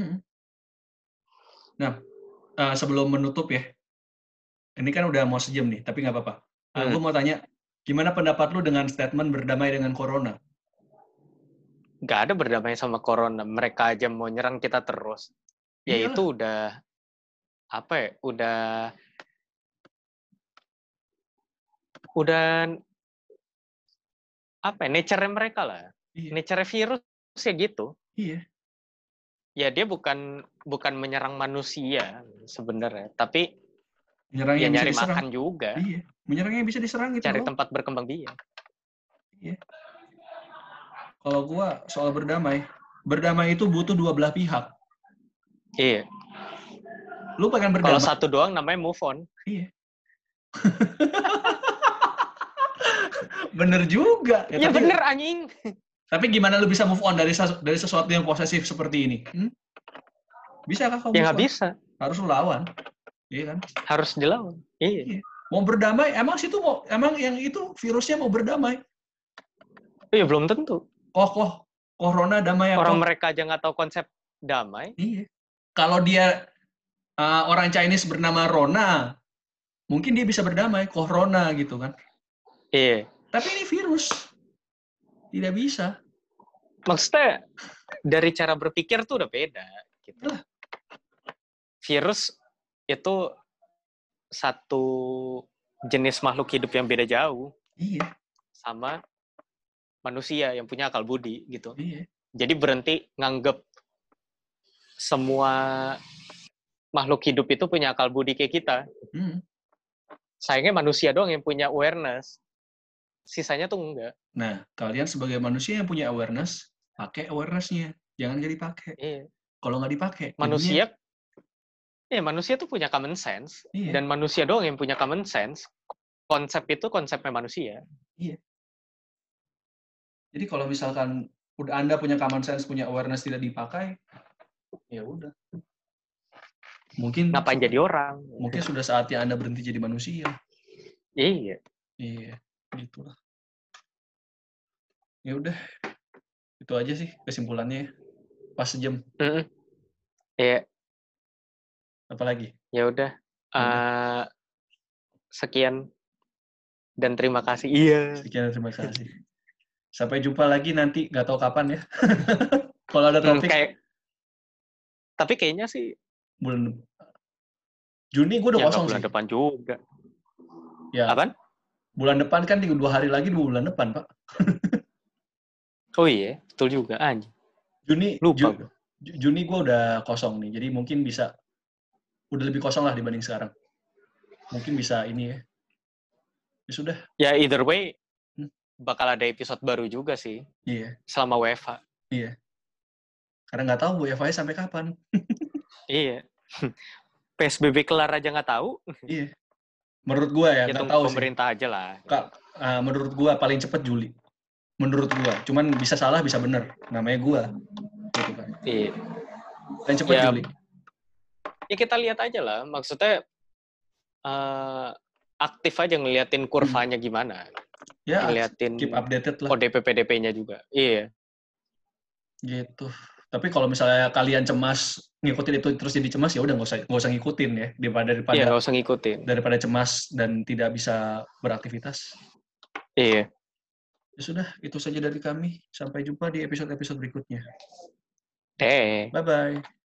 Nah, sebelum menutup ya, ini kan udah mau sejam nih, tapi nggak apa-apa. Gue mau tanya, gimana pendapat lu dengan statement berdamai dengan corona? Nggak ada berdamai sama corona. Mereka aja mau nyerang kita terus. Ya itu udah apa ya? Udah apa ya? Nature mereka lah. Nature virus ya gitu. Iya. Ya dia bukan menyerang manusia sebenarnya, tapi menyerang ya yang nyari bisa diserang. Makan juga. Iya, menyerang yang bisa diserang gitu. Cari tempat berkembang biak. Iya. Kalau gua soal berdamai itu butuh dua belah pihak. Iya. Lu pengen berdamai. Kalau satu doang namanya move on. Iya. Bener juga. Ya bener anjing. Tapi gimana lu bisa move on dari sesuatu yang posesif seperti ini? Bisa kah kamu? Ya nggak bisa. Harus lu lawan. Iya kan? Harus dilawan. Iya. Mau berdamai, emang yang itu virusnya mau berdamai? Iya belum tentu. Corona damai apa? Orang mereka aja nggak tahu konsep damai. Iya. Kalau dia orang Chinese bernama Rona, mungkin dia bisa berdamai. Corona gitu kan? Iya. Tapi ini virus. Tidak bisa. Maksudnya dari cara berpikir tuh udah beda gitu. Virus itu satu jenis makhluk hidup yang beda jauh. Iya. Sama manusia yang punya akal budi gitu. Iya. Jadi berhenti nganggep semua makhluk hidup itu punya akal budi kayak kita. Sayangnya manusia doang yang punya awareness. Sisanya tuh enggak. Nah, kalian sebagai manusia yang punya awareness, pakai awareness-nya. Jangan nggak dipakai. Iya. Kalau nggak dipakai, manusia tuh punya common sense. Iya. Dan manusia doang yang punya common sense. Konsep itu konsepnya manusia. Iya. Jadi kalau misalkan udah Anda punya common sense, punya awareness tidak dipakai, ya udah. Mungkin ngapain jadi orang? Mungkin sudah saatnya Anda berhenti jadi manusia. Iya. Iya, gitulah. Ya udah. Itu aja sih kesimpulannya. Pas sejam. Iya. Apalagi? Ya udah. Sekian dan terima kasih. Iya. Sekian dan terima kasih. Sampai jumpa lagi nanti, nggak tahu kapan ya. Kalau ada topik. Tapi kayaknya sih bulan Juni gue udah kosong bulan sih. Depan juga. Ya. Apaan? Bulan depan kan 2 hari lagi 2 bulan depan, Pak. Oh iya, betul juga. Anjir. Juni gue udah kosong nih. Jadi mungkin bisa udah lebih kosong lah dibanding sekarang. Mungkin bisa ini ya. Ya sudah. Ya either way bakal ada episode baru juga sih. Iya. Selama WFH. Iya. Karena nggak tahu WFH sampai kapan. Iya. PSBB kelar aja nggak tahu. Iya. Menurut gue ya, nggak tahu sih. Pemerintah aja lah. Menurut gue paling cepat Juli. Menurut gue. Cuman bisa salah, bisa bener. Namanya gue. Gitu kan. Iya. Paling cepat Juli. Ya kita lihat aja lah. Maksudnya aktif aja ngeliatin kurvanya gimana. Ya, ngeliatin keep updated lah. ODP-PDP-nya juga. Iya. Gitu. Tapi kalau misalnya kalian cemas ngikutin itu terus jadi cemas, ya udah nggak usah ngikutin ya, daripada iya, nggak usah ngikutin, daripada cemas dan tidak bisa beraktivitas. Iya. Ya sudah, itu saja dari kami. Sampai jumpa di episode berikutnya. Bye bye.